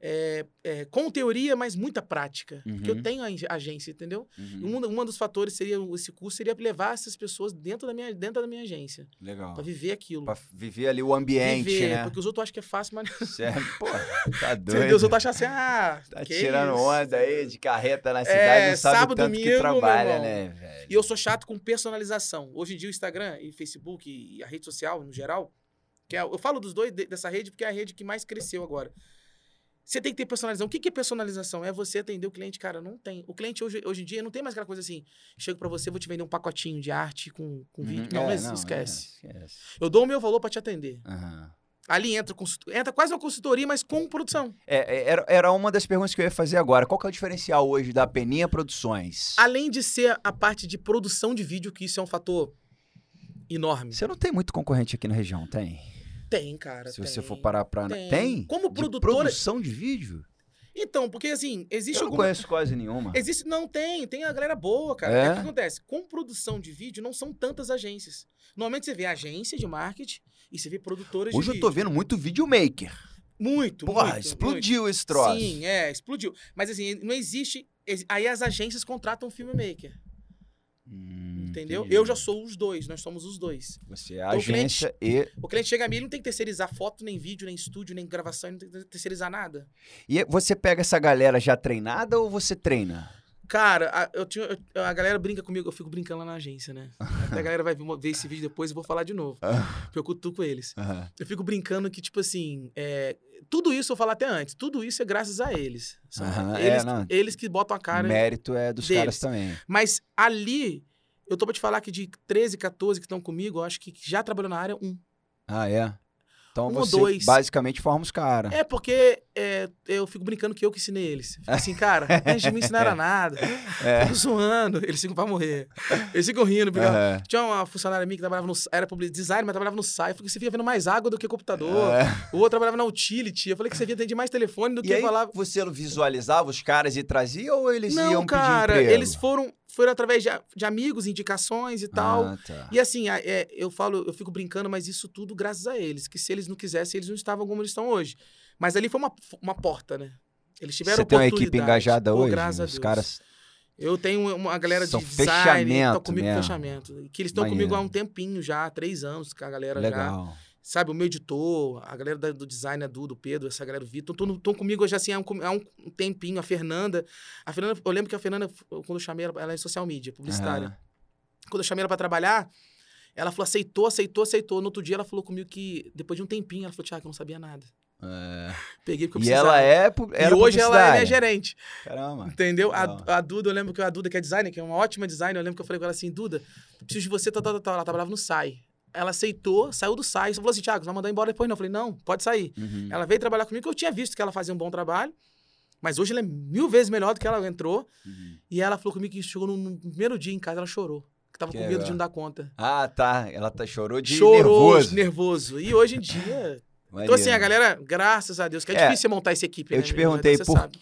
Com teoria, mas muita prática. Porque eu tenho a agência, entendeu? Um dos fatores esse curso seria levar essas pessoas dentro da minha agência. Legal. Pra viver aquilo. Pra viver ali o ambiente, né? Porque os outros acham que é fácil, mas... Sério, pô, tá doido. Entendeu? Os outros acham assim, tá tirando onda aí de carreta na cidade, não sabe sábado, tanto domingo, que trabalha, né, velho? E eu sou chato com personalização. Hoje em dia o Instagram e Facebook e a rede social, no geral, eu falo dos dois, dessa rede, porque é a rede que mais cresceu agora. Você tem que ter personalização. O que é personalização? É você atender o cliente, cara, não tem. O cliente hoje em dia não tem mais aquela coisa assim, chego pra você, vou te vender um pacotinho de arte com vídeo. Não, esquece. Eu dou o meu valor pra te atender. Ali entra quase uma consultoria, mas com produção. Era uma das perguntas que eu ia fazer agora. Qual que é o diferencial hoje da Peninha Produções? Além de ser a parte de produção de vídeo, que isso é um fator enorme. Você não tem muito concorrente aqui na região, tem? Tem, cara. Se você for parar pra... Tem? Como produtora... produção de vídeo? Então, porque assim, existe Eu não conheço quase nenhuma. Não, tem a galera boa, cara. O que acontece? Com produção de vídeo, não são tantas agências. Normalmente você vê agência de marketing e você vê produtoras de vídeo. Hoje eu tô vendo muito videomaker. Muito, Porra, explodiu esse troço. Sim, explodiu. Mas assim, não existe... Aí as agências contratam um filmmaker. Entendeu? Entendi. Eu já sou os dois, nós somos os dois. Você é a agência e... O cliente chega a mim, ele não tem que terceirizar foto, nem vídeo, nem estúdio, nem gravação, ele não tem que terceirizar nada. E você pega essa galera já treinada ou você treina? Cara, a galera brinca comigo, eu fico brincando lá na agência, né? Até a galera vai ver esse vídeo depois e vou falar de novo. Porque eu cutuco eles. Eu fico brincando que, tipo assim, tudo isso eu falo até antes, tudo isso é graças a eles. Eles que botam a cara. O mérito é dos caras também. Mas ali, eu tô pra te falar que de 13, 14 que estão comigo, eu acho que já trabalhou na área, um. Ah, é? Então você basicamente forma os caras. Porque eu fico brincando que eu que ensinei eles. Fico assim, cara, antes de me ensinar nada. Fico zoando, eles ficam pra morrer. Eles ficam rindo. Tinha uma funcionária minha que trabalhava era public design, mas trabalhava no site. Eu falei que você fica vendo mais água do que computador. O outro trabalhava na utility. Eu falei que você via atender mais telefone do que falava. Você visualizava os caras e trazia ou eles iam pedir emprego? Não, cara, eles foram através de amigos, indicações e tal. Tá. E assim, eu fico brincando, mas isso tudo graças a eles. Que se eles não quisessem, eles não estavam como eles estão hoje. Mas ali foi uma porta, né? Eles tiveram oportunidade. Você tem uma equipe engajada hoje? Graças a Deus. Os caras... Eu tenho uma galera de design que estão comigo no fechamento. Que eles estão comigo há um tempinho já, 3 anos com a galera Legal. já. Sabe, o meu editor, a galera do design, do Pedro, essa galera do Vitor, estão comigo já assim há um tempinho. A Fernanda, eu lembro que a Fernanda, quando eu chamei ela é social media, publicitária. Quando eu chamei ela pra trabalhar, ela falou, aceitou. No outro dia ela falou comigo que, depois de um tempinho, ela falou, Thiago, eu não sabia nada. Peguei porque eu precisava. E hoje ela é minha gerente. Caramba. Entendeu? A Duda, eu lembro que a Duda, que é designer, que é uma ótima designer, eu lembro que eu falei com ela assim, Duda, preciso de você, tal. Ela trabalhava no SAI. Ela aceitou, saiu do SAI, falou assim, Thiago, você vai mandar embora depois? Não, eu falei, não, pode sair. Ela veio trabalhar comigo, que eu tinha visto que ela fazia um bom trabalho, mas hoje ela é 1000 vezes melhor do que ela entrou. E ela falou comigo que chegou no primeiro dia em casa, ela chorou. Que tava com medo de não dar conta. Ah, tá. Ela chorou de nervoso. E hoje em dia... Então, assim, a galera, graças a Deus, que é difícil você montar essa equipe, né? Eu te perguntei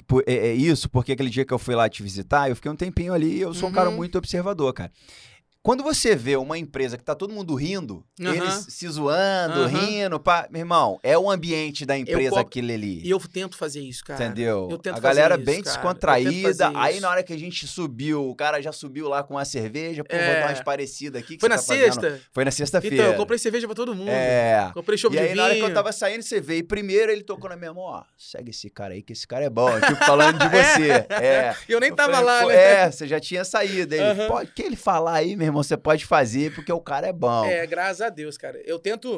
isso, porque aquele dia que eu fui lá te visitar, eu fiquei um tempinho ali e eu sou um cara muito observador, cara. Quando você vê uma empresa que tá todo mundo rindo, eles se zoando, rindo, meu irmão, é o ambiente da empresa aquele ali. E eu tento fazer isso, cara. Entendeu? A galera bem descontraída. Aí na hora que a gente subiu, o cara já subiu lá com uma cerveja, vou dar umas parecidas aqui. Foi na sexta? Foi na sexta-feira. Então, eu comprei cerveja pra todo mundo. Comprei chopp de vinho. E aí na hora que eu tava saindo, você veio primeiro, ele tocou na minha mão, ó, segue esse cara aí, que esse cara é bom. Eu fico falando de você. Eu nem tava lá, né? Você já tinha saído. Ele, pode que ele falar aí, meu irmão, você pode fazer, porque o cara é bom. Graças a Deus, cara. Eu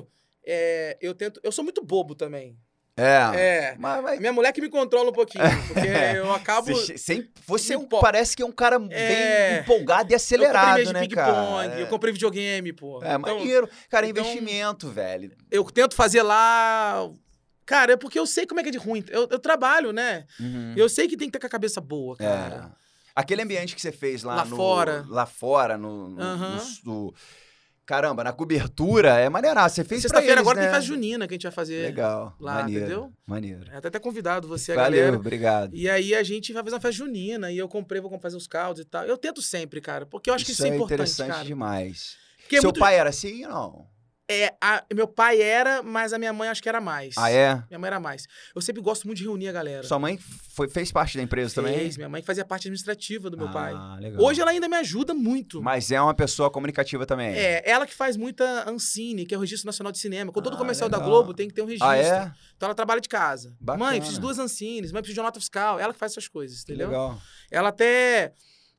sou muito bobo também. Mas... Minha mulher que me controla um pouquinho, porque eu acabo... Você parece que é um cara bem empolgado e acelerado, eu comprei ping-pong, eu comprei videogame, pô. Maneiro. Cara, investimento, velho. Eu tento fazer lá... Cara, é porque eu sei como é que é de ruim. Eu trabalho, né? Eu sei que tem que ter com a cabeça boa, cara. Aquele ambiente que você fez lá fora. Lá fora, Caramba, na cobertura é maneiraço. Você fez sexta-feira agora, né? Tem festa junina que a gente vai fazer. Legal. Lá, maneiro, entendeu? Maneiro. Até convidado você, a Valeu, galera. Obrigado. E aí a gente vai fazer uma festa junina e eu vou fazer os caldos e tal. Eu tento sempre, cara, porque eu acho que isso é importante, interessante cara. demais. Porque Seu pai era assim ou não? Meu pai era, mas a minha mãe acho que era mais. Ah, é? Minha mãe era mais. Eu sempre gosto muito de reunir a galera. Sua mãe fez parte da empresa também? Minha mãe fazia parte administrativa do meu pai. Legal. Hoje ela ainda me ajuda muito. Mas é uma pessoa comunicativa também? Ela que faz muita Ancine, que é o Registro Nacional de Cinema. Com todo comercial da Globo tem que ter um registro. Então ela trabalha de casa. Bacana. Mãe, preciso de 2 Ancines. Mãe, preciso de uma nota fiscal. Ela que faz essas coisas, entendeu? Legal. Ela até...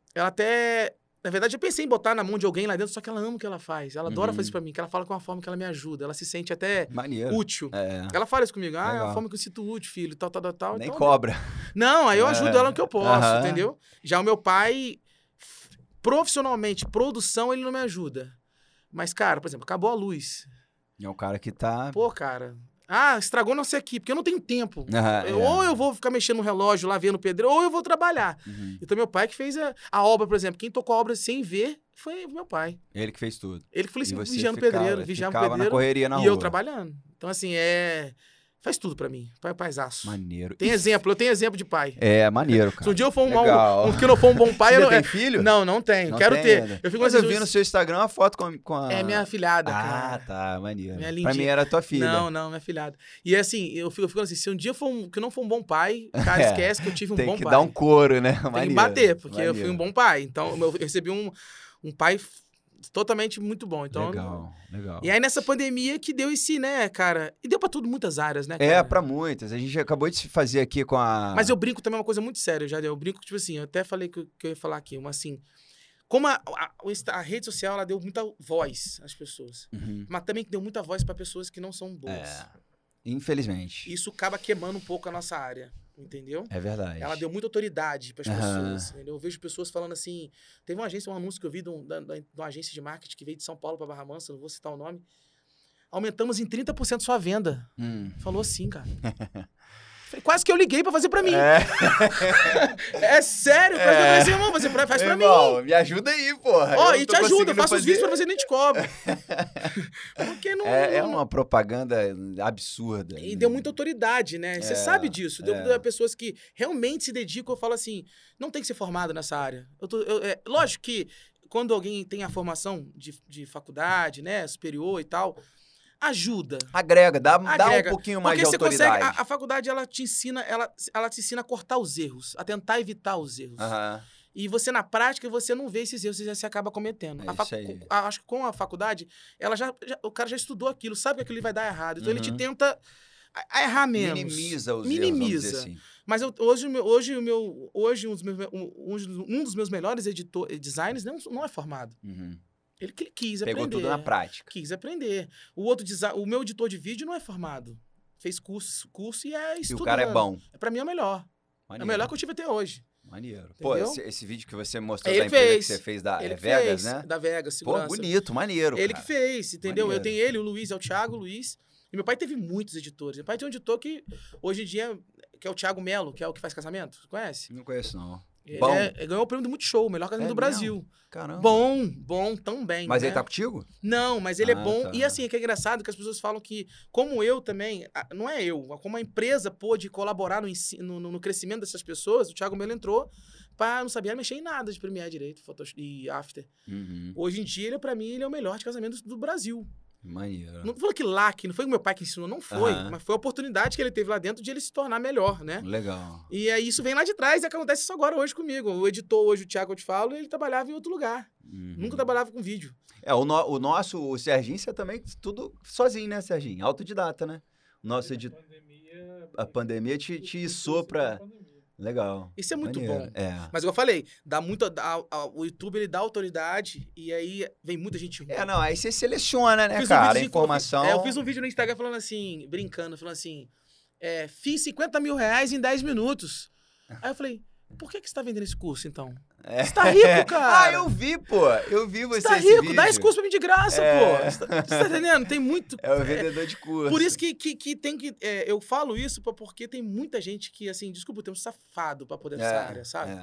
Na verdade, eu pensei em botar na mão de alguém lá dentro, só que ela ama o que ela faz. Ela adora fazer isso pra mim, que ela fala com uma forma que ela me ajuda. Ela se sente até útil. Ela fala isso comigo. É a forma que eu sinto útil, filho, tal. Nem então, cobra. Não, aí eu ajudo ela no que eu posso, entendeu? Já o meu pai, profissionalmente, produção, ele não me ajuda. Mas, cara, por exemplo, acabou a luz. É um cara que tá... Pô, cara... estragou nossa equipe, porque eu não tenho tempo. Ou eu vou ficar mexendo no relógio lá, vendo o pedreiro, ou eu vou trabalhar. Então, meu pai que fez a obra, por exemplo. Quem tocou a obra sem ver foi meu pai. Ele que fez tudo. Ele que foi assim, vigiando o pedreiro, vigiava o pedreiro. Na correria na rua. E eu trabalhando. Então, assim, faz tudo pra mim. Pai é paisaço. Maneiro. Eu tenho exemplo de pai. Maneiro, cara. Se um dia eu for que não for um bom pai... Você tem filho? Não tenho. Quero ter. Ainda. Eu vi no seu Instagram uma foto com a... É minha afilhada, cara. Tá, maneiro. Minha lindinha. Pra mim era tua filha. Não, minha afilhada. E assim, eu fico assim, se um dia que eu não for um bom pai, cara, esquece que eu tive um bom pai. Tem que dar um couro, né? Tem que bater, porque eu fui um bom pai. Então, eu recebi um pai totalmente muito bom. Então, legal. E aí, nessa pandemia que deu esse, né, cara? E deu pra tudo, muitas áreas, né, cara? Pra muitas. A gente acabou de se fazer aqui com a... Mas eu brinco também uma coisa muito séria, eu brinco, tipo assim, eu até falei que eu ia falar aqui, mas assim... Como a rede social, ela deu muita voz às pessoas. Mas também deu muita voz pra pessoas que não são boas. Infelizmente. Isso acaba queimando um pouco a nossa área. Entendeu? É verdade. Ela deu muita autoridade para as pessoas. Entendeu? Eu vejo pessoas falando assim... Teve um anúncio que eu vi de uma agência de marketing que veio de São Paulo para Barra Mansa, não vou citar o nome. Aumentamos em 30% sua venda. Falou assim, cara. Quase que eu liguei pra fazer pra mim. É sério? Quase que eu falei assim, irmão, faz pra mim. Me ajuda aí, porra. E te ajuda, eu faço os vídeos pra você, nem te cobro. Porque não... É uma propaganda absurda. E deu muita autoridade, né? Você sabe disso. Deu pessoas que realmente se dedicam, eu falo assim, não tem que ser formado nessa área. Lógico que quando alguém tem a formação de faculdade, né, superior e tal... Ajuda. Agrega, dá um pouquinho mais de autoridade. Porque você consegue... A faculdade, ela te ensina a cortar os erros, a tentar evitar os erros. E você, na prática, você não vê esses erros, você acaba cometendo. Acho que com a faculdade, o cara já estudou aquilo, sabe que aquilo vai dar errado. Então, ele te tenta errar menos. Minimiza os erros, vamos dizer assim. Mas um dos meus melhores designers não é formado. Ele quis aprender. Pegou tudo na prática. Quis aprender. O meu editor de vídeo não é formado. Fez curso e é estudando. E o cara é bom. Pra mim é o melhor. Maneiro. É o melhor que eu tive até hoje. Maneiro. Entendeu? Pô, esse vídeo que você mostrou da empresa que você fez da Vegas, né? Da Vegas, segurança. Pô, bonito, maneiro, Ele que fez, entendeu? Maneiro. Eu tenho ele, o Luiz, é o Thiago, o Luiz. E meu pai teve muitos editores. Meu pai tem um editor que, hoje em dia, que é o Thiago Melo, que é o que faz casamento. Você conhece? Não conheço, não. Ele ganhou o prêmio do Multishow, o melhor casamento do Brasil. Mesmo? Caramba. Bom também. Mas né? ele tá contigo? Não, mas ele é bom. Tá. E assim, que é engraçado que as pessoas falam que, como eu também, não é eu, como a empresa pôde colaborar no crescimento dessas pessoas, o Thiago Melo entrou não sabia mexer em nada de Premiere direito e After. Hoje em dia, pra mim, ele é o melhor de casamento do Brasil. Maneiro. Não falou que não foi o meu pai que ensinou, não foi. Mas foi a oportunidade que ele teve lá dentro de ele se tornar melhor, né? Legal. E aí isso vem lá de trás e acontece isso agora hoje comigo. O editor hoje, o Thiago, eu te falo, ele trabalhava em outro lugar. Nunca trabalhava com vídeo. O Serginho, você também, tudo sozinho, né, Serginho? Autodidata, né? Nosso editor... A pandemia te içou pra... Legal. Isso é muito bom. Mas eu falei, o YouTube ele dá autoridade e aí vem muita gente ruim. Aí você seleciona, né, cara, a informação. Eu fiz um vídeo no Instagram falando assim, brincando, falando assim, fiz 50 mil reais em 10 minutos. Aí eu falei, por que você tá vendendo esse curso, então? Você tá rico, cara. Eu vi, pô. Eu vi você. Você tá rico, dá esse curso pra mim de graça, pô. Você tá entendendo? Tem muito... É o vendedor de curso. Por isso que tem que... eu falo isso porque tem muita gente que, assim, desculpa, tem um safado pra poder nessa área, sabe?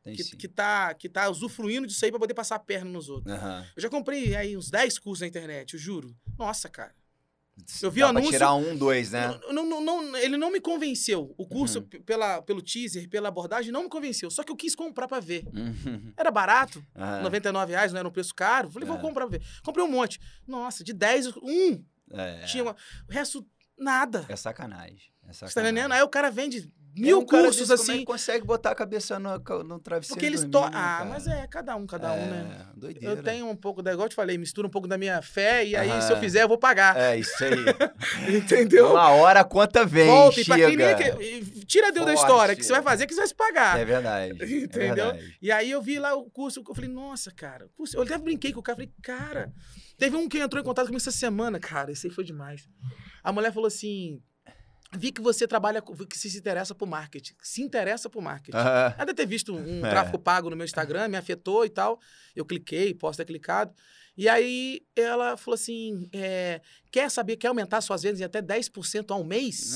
que tá usufruindo disso aí pra poder passar a perna nos outros. Eu já comprei aí uns 10 cursos na internet, eu juro. Nossa, cara. Eu vi o anúncio... Pra tirar 1, 2, né? Ele não me convenceu. O curso, pelo teaser, pela abordagem, não me convenceu. Só que eu quis comprar pra ver. Era barato, R$99, não era um preço caro. Falei, vou comprar pra ver. Comprei um monte. Nossa, de 10, tinha o resto, nada. É sacanagem. Você tá entendendo? Aí o cara vende 1000 cursos assim. Como é que consegue botar a cabeça no travesseiro? Porque eles mas cada um, né? Doideira. Eu tenho um pouco igual eu te falei, mistura um pouco da minha fé e aí se eu fizer eu vou pagar. É isso aí. Entendeu? Uma hora a conta vem. Volta, e pra quem nem tira Deus da história, que você vai fazer, que você vai se pagar. É verdade. Entendeu? É verdade. E aí eu vi lá o curso, eu falei, nossa, cara. Eu até brinquei com o cara, falei, cara. Teve um que entrou em contato comigo essa semana, cara. Esse aí foi demais. A mulher falou assim. Vi que você trabalha, que se interessa por marketing. Se interessa por marketing. Ela deve ter visto um tráfego pago no meu Instagram, me afetou e tal. Eu cliquei, posso ter clicado. E aí ela falou assim, quer aumentar suas vendas em até 10% ao mês?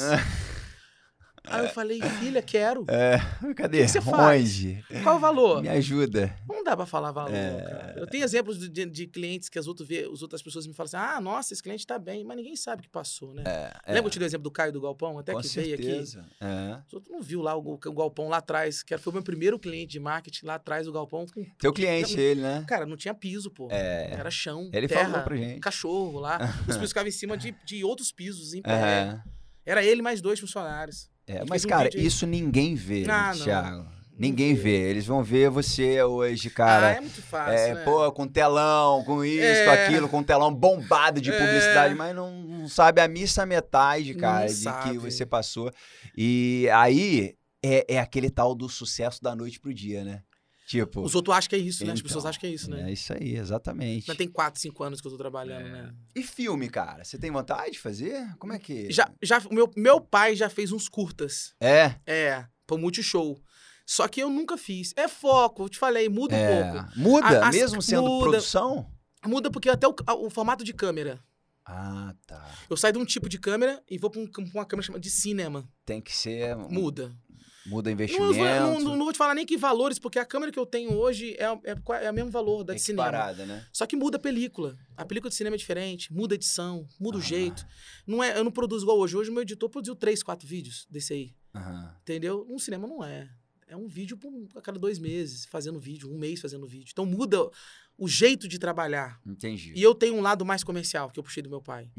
Aí eu falei, filha, quero. Cadê? O que você faz? Onde? Qual o valor? Me ajuda. Não dá pra falar valor, cara. Eu tenho exemplos de clientes que as outras pessoas me falam assim, nossa, esse cliente tá bem, mas ninguém sabe o que passou, né? Lembra que eu te dei o exemplo do Caio do Galpão? Até Com que certeza. Veio aqui. Os outros não viu lá o Galpão lá atrás, que foi o meu primeiro cliente de marketing lá atrás do Galpão. Teu cliente, ele, né? Cara, não tinha piso, pô. Era chão, ele terra, falou pra gente. Cachorro lá. Os pisos ficavam em cima de outros pisos, em pé. Era ele mais 2 funcionários. Mas, cara, isso ninguém vê, Thiago. Ninguém vê. Eles vão ver você hoje, cara. É muito fácil, né? Pô, com telão, com isso, com aquilo, com telão bombado de publicidade, mas não sabe a missa metade, cara, de que você passou. E aí é aquele tal do sucesso da noite pro dia, né? Tipo, os outros acham que é isso, né? As pessoas acham que é isso, né? É isso aí, exatamente. Mas tem 4, 5 anos que eu tô trabalhando, né? E filme, cara? Você tem vontade de fazer? Como é que... Meu pai já fez uns curtas. Pro Multishow. Só que eu nunca fiz. É foco, eu te falei, muda um pouco. Muda? Mesmo sendo produção? Muda porque até o formato de câmera. Ah, tá. Eu saio de um tipo de câmera e vou pra uma câmera chamada de cinema. Tem que ser... Muda investimento. Não vou te falar nem que valores, porque a câmera que eu tenho hoje é o mesmo valor da de cinema. Parada, né? Só que muda a película. A película de cinema é diferente, muda a edição, muda o jeito. Eu não produzo igual hoje. Hoje o meu editor produziu 3, 4 vídeos desse aí. Entendeu? Um cinema não é. É um vídeo a cada 2 meses fazendo vídeo, 1 mês fazendo vídeo. Então muda o jeito de trabalhar. Entendi. E eu tenho um lado mais comercial, que eu puxei do meu pai.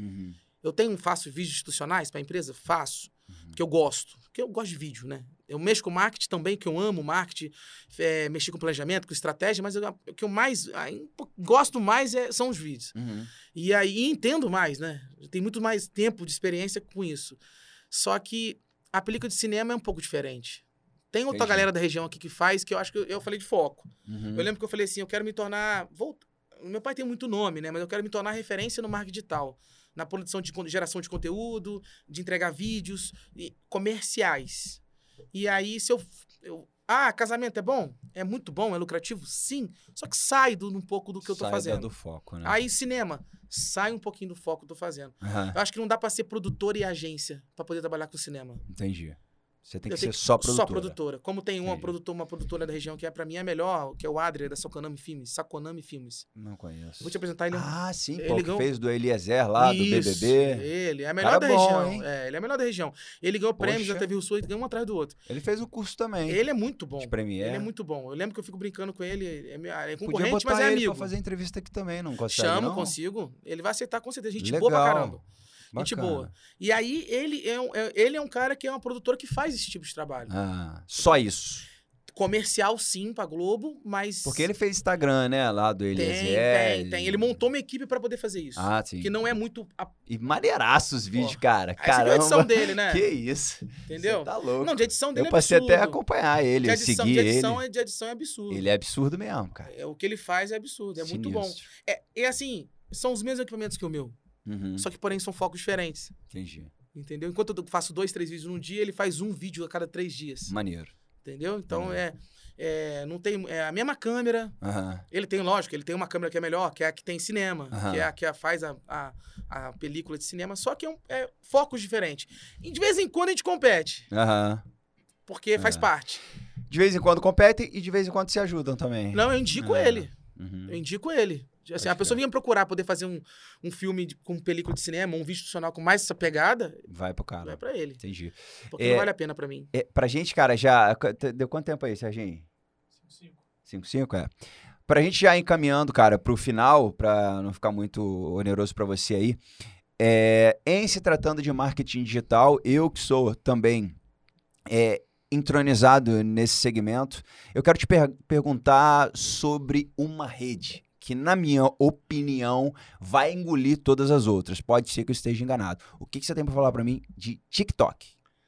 Faço vídeos institucionais para a empresa? Faço. Porque eu gosto. Porque eu gosto de vídeo, né? Eu mexo com marketing também, que eu amo marketing, mexi com planejamento, com estratégia, mas o que eu mais gosto mais são os vídeos. E aí entendo mais, né? Eu tenho muito mais tempo de experiência com isso. Só que a película de cinema é um pouco diferente. Tem outra galera da região aqui que faz, que eu acho que eu falei de foco. Eu lembro que eu falei assim, eu quero me tornar... Meu pai tem muito nome, né? Mas eu quero me tornar referência no marketing digital. Na produção de geração de conteúdo, de entregar vídeos comerciais. E aí, se casamento é bom? É muito bom, é lucrativo? Sim. Só que sai um pouco do que eu tô fazendo. Sai do foco, né? Aí, cinema, sai um pouquinho do foco que eu tô fazendo. Eu acho que não dá pra ser produtor e agência pra poder trabalhar com cinema. Entendi. Você tem que ser só produtora. Só produtora. Como tem uma produtora da região que pra mim é a melhor, que é o Adria, da Saconami Filmes. Não conheço. Vou te apresentar ele. Sim, ele que fez do Eliezer lá, do BBB. Ele é a melhor da região. Ele é a melhor da região. Ele ganhou prêmios da TV Sul, ele ganhou um atrás do outro. Ele fez o curso também. Ele é muito bom. De Premiere. Ele é muito bom. Eu lembro que eu fico brincando com ele, é concorrente, podia botar mas é amigo. Ele pra fazer entrevista aqui também, não consegue, Chamo, consigo. Ele vai aceitar com certeza. Gente boa pra caramba. Gente boa. E aí, ele é um cara que é uma produtora que faz esse tipo de trabalho. Só isso. Comercial, sim, pra Globo, mas... Porque ele fez Instagram, né? Lá do Eliezer. Tem. Ele montou uma equipe pra poder fazer isso. Sim. Que não é muito... E maneiraço os vídeos, cara. Caramba. Essa é a edição dele, né? Que isso. Entendeu? Você tá louco. Não, de edição dele eu passei até a acompanhar ele, de edição é absurdo. Ele é absurdo mesmo, cara. O que ele faz é absurdo, é muito bom. E assim, são os mesmos equipamentos que o meu. Só que, porém, são focos diferentes. Entendi. Entendeu? Enquanto eu faço 2, 3 vídeos num dia, ele faz um vídeo a cada 3 dias. Maneiro. Entendeu? Então, não tem... É a mesma câmera. Ele tem, lógico, ele tem uma câmera que é melhor, que é a que tem cinema. Que é a faz a película de cinema. Só que é focos diferentes. E de vez em quando a gente compete. Porque faz parte. De vez em quando competem e de vez em quando se ajudam também. Não, eu indico ele. Eu indico ele. Assim, a pessoa vinha procurar poder fazer um filme com película de cinema, um vídeo institucional com mais essa pegada. Vai pro cara. Vai pra ele. Entendi. Porque não vale a pena pra mim. Pra gente, cara, já... Deu quanto tempo aí, Serginho? 5:05, é. Pra gente já encaminhando, cara, pro final, pra não ficar muito oneroso pra você aí, em se tratando de marketing digital, eu que sou também entronizado nesse segmento, eu quero te perguntar sobre uma rede que, na minha opinião, vai engolir todas as outras. Pode ser que eu esteja enganado. O que você tem pra falar pra mim de TikTok?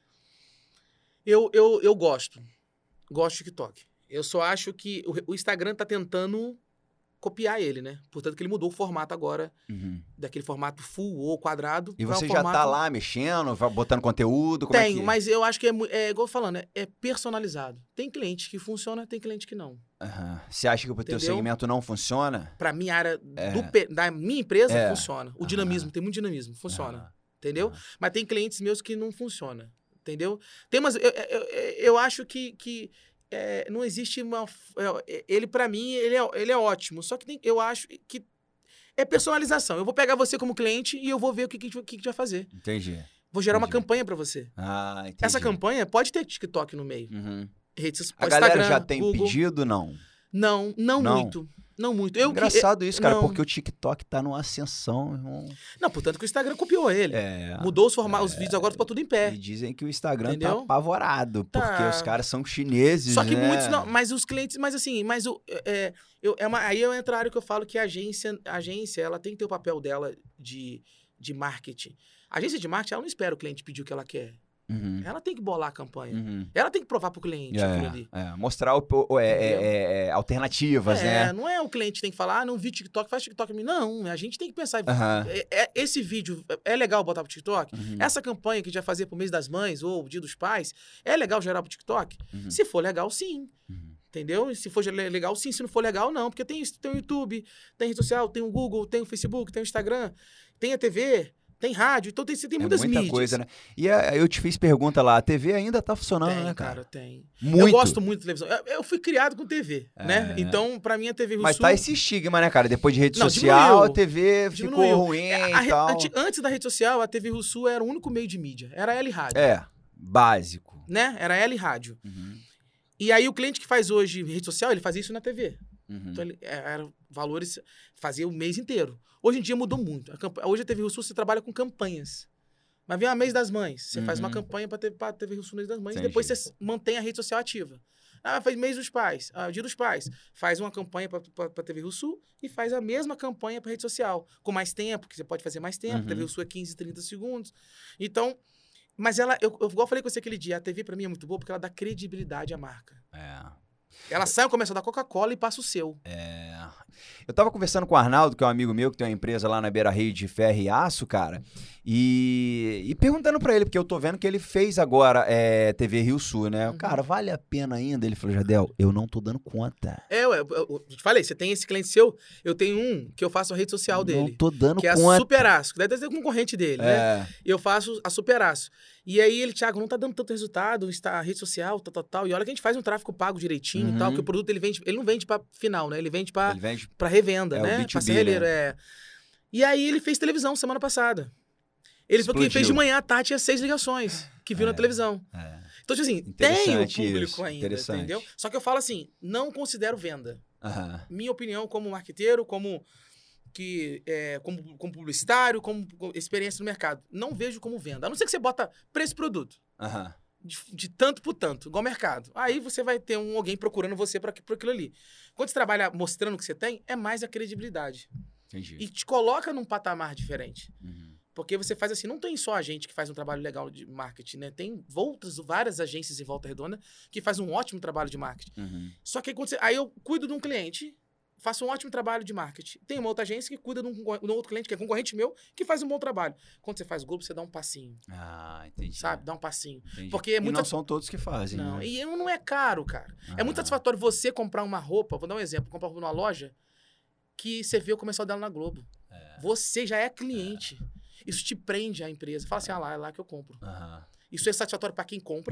Eu gosto. Gosto de TikTok. Eu só acho que o Instagram tá tentando copiar ele, né? Portanto que ele mudou o formato agora, daquele formato full ou quadrado. E você já tá lá mexendo, botando conteúdo? Como Tenho, mas eu acho que igual eu falando, é personalizado. Tem cliente que funciona, tem cliente que não. Você acha que o teu segmento não funciona? Pra minha área, da minha empresa, funciona. O dinamismo, tem muito dinamismo, funciona. Entendeu? Mas tem clientes meus que não funciona. Entendeu? Tem umas... Eu acho que não existe uma... Ele, pra mim, ele é ótimo. Só que eu acho que é personalização. Eu vou pegar você como cliente e eu vou ver o que vai fazer. Entendi. Vou gerar uma campanha pra você. Entendi. Essa campanha pode ter TikTok no meio. Redes sociais. A galera já tem Google. pedido, não? Não muito. Não muito. Engraçado isso, cara, porque o TikTok tá numa ascensão, irmão. Não, portanto que o Instagram copiou ele. Mudou os vídeos agora, ficou tudo em pé. E dizem que o Instagram tá apavorado, porque os caras são chineses, Só que muitos não, mas os clientes, aí eu entro na área que eu falo que a agência, ela tem que ter o papel dela de marketing. A agência de marketing, ela não espera o cliente pedir o que ela quer. Ela tem que bolar a campanha. Ela tem que provar pro cliente aquilo ali. Mostrar alternativas, né? Não é o cliente que tem que falar, não vi TikTok, faz TikTok. Não, a gente tem que pensar. Esse vídeo é legal botar pro TikTok? Essa campanha que a gente vai fazer pro mês das mães ou o dia dos pais, é legal gerar pro TikTok? Se for legal, sim. Entendeu? Se for legal, sim. Se não for legal, não. Porque tem o YouTube, tem rede social, tem o Google, tem o Facebook, tem o Instagram, tem a TV... Tem rádio, então tem muitas mídias. Muita coisa, né? E eu te fiz pergunta lá, a TV ainda tá funcionando, né, cara? Tem. Muito. Eu gosto muito de televisão. Eu fui criado com TV, né? Então, pra mim, a TV Mas tá esse estigma, né, cara? Depois de rede social, a TV ficou ruim e tal. Antes da rede social, a TV Sul era o único meio de mídia. Era L Rádio. Básico. Né? Era L Rádio. E aí, o cliente que faz hoje rede social, ele fazia isso na TV. Então, ele era valores, fazia o mês inteiro. Hoje em dia mudou muito. Hoje a TV Rio Sul você trabalha com campanhas. Mas vem o mês das mães. Você faz uma campanha para TV Rio Sul mês das mães. E depois você mantém a rede social ativa. Faz mês dos pais, dia dos pais. Faz uma campanha para TV Rio Sul e faz a mesma campanha para rede social. Com mais tempo, que você pode fazer mais tempo. TV Rio Sul é 15, 30 segundos. Então, mas igual eu falei com você aquele dia, a TV para mim é muito boa porque ela dá credibilidade à marca. Ela sai no comercial da Coca-Cola e passa o seu. Eu tava conversando com o Arnaldo, que é um amigo meu, que tem uma empresa lá na Beira Rio de ferro e aço, cara, e perguntando pra ele, porque eu tô vendo que ele fez agora TV Rio Sul, né? Cara, vale a pena ainda? Ele falou, Jardel, eu não tô dando conta. Eu te falei, você tem esse cliente seu, eu tenho um que eu faço a rede social dele. Não tô dando conta. Que é a Superaço, que deve ser concorrente dele, né? Eu faço a Superaço. E aí ele, Thiago, não tá dando tanto resultado, a rede social, tal. E olha que a gente faz um tráfego pago direitinho e tal, que o produto ele não vende pra final, né? Ele vende pra revenda, né? O B2B, pra serralheiro, E aí ele fez televisão semana passada. Ele falou que fez de manhã à tarde, tinha 6 ligações que viu na televisão. Então, tipo assim, tem o público ainda, entendeu? Só que eu falo assim, não considero venda. Minha opinião como marqueteiro, como publicitário, como experiência no mercado. Não vejo como venda. A não ser que você bota preço e produto. De tanto por tanto, igual mercado. Aí você vai ter alguém procurando você por aquilo ali. Quando você trabalha mostrando o que você tem, é mais a credibilidade. Entendi. E te coloca num patamar diferente. Porque você faz assim, não tem só a gente que faz um trabalho legal de marketing, né? Tem várias agências em Volta Redonda que fazem um ótimo trabalho de marketing. Só que aí eu cuido de um cliente, faço um ótimo trabalho de marketing. Tem uma outra agência que cuida de um outro cliente, que é concorrente meu, que faz um bom trabalho. Quando você faz Globo, você dá um passinho. Entendi. Sabe? Dá um passinho. Entendi. Porque não são todos que fazem, não, né? E não é caro, cara. É muito satisfatório você comprar uma roupa, vou dar um exemplo, comprar uma roupa numa loja, que você vê o comercial dela na Globo. Você já é cliente. Isso te prende à empresa. Fala assim, é lá que eu compro. Isso é satisfatório para quem compra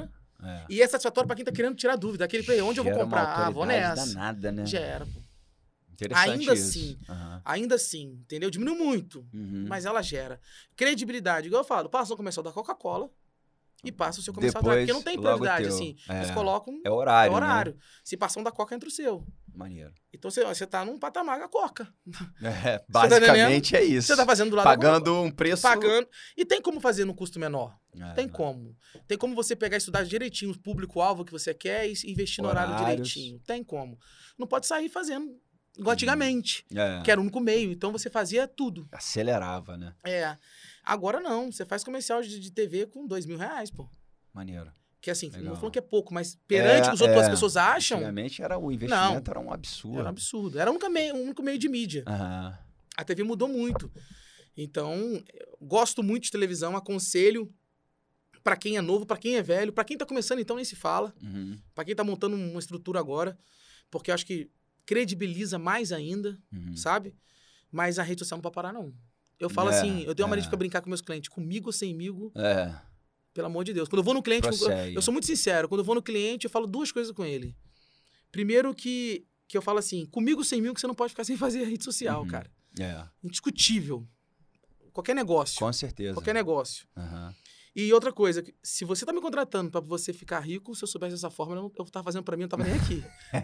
E é satisfatório pra quem tá querendo tirar dúvida. Aquele play, onde eu vou comprar? Vou nessa. Danada, né? Gera, pô. Interessante ainda assim, entendeu? Diminuiu muito, mas ela gera. Credibilidade, igual eu falo, passa o comercial da Coca-Cola e passa o seu comercial da... Porque não tem prioridade, assim. Eles colocam... É horário, né? Se passar um da Coca, entra o seu. Maneiro. Então você tá num patamar da Coca. Basicamente é isso. Você tá fazendo do lado pagando um preço... Pagando. E tem como fazer no custo menor. Tem como. Tem como você pegar e estudar direitinho o público-alvo que você quer e investir no horário direitinho. Tem como. Não pode sair fazendo igual antigamente, que era o único meio. Então você fazia tudo. Acelerava, né? Agora não. Você faz comercial de TV com R$2.000, pô. Maneiro. Que assim, não falando que é pouco, mas perante que as outras pessoas acham... Antigamente o investimento era um absurdo. Era um absurdo. Era o único meio de mídia. A TV mudou muito. Então, gosto muito de televisão, aconselho pra quem é novo, pra quem é velho, pra quem tá começando, então nem se fala. Pra quem tá montando uma estrutura agora, porque eu acho que credibiliza mais ainda, sabe? Mas a rede social não pode parar, não. Eu falo assim, eu tenho uma mania de brincar com meus clientes, comigo ou semigo, pelo amor de Deus. Quando eu vou no cliente, eu sou muito sincero, quando eu vou no cliente, eu falo duas coisas com ele. Primeiro que eu falo assim, comigo ou semigo, que você não pode ficar sem fazer rede social, cara. Indiscutível. Qualquer negócio. Com certeza. Qualquer negócio. E outra coisa, se você tá me contratando pra você ficar rico, se eu soubesse dessa forma, eu tava fazendo pra mim, eu não tava nem aqui.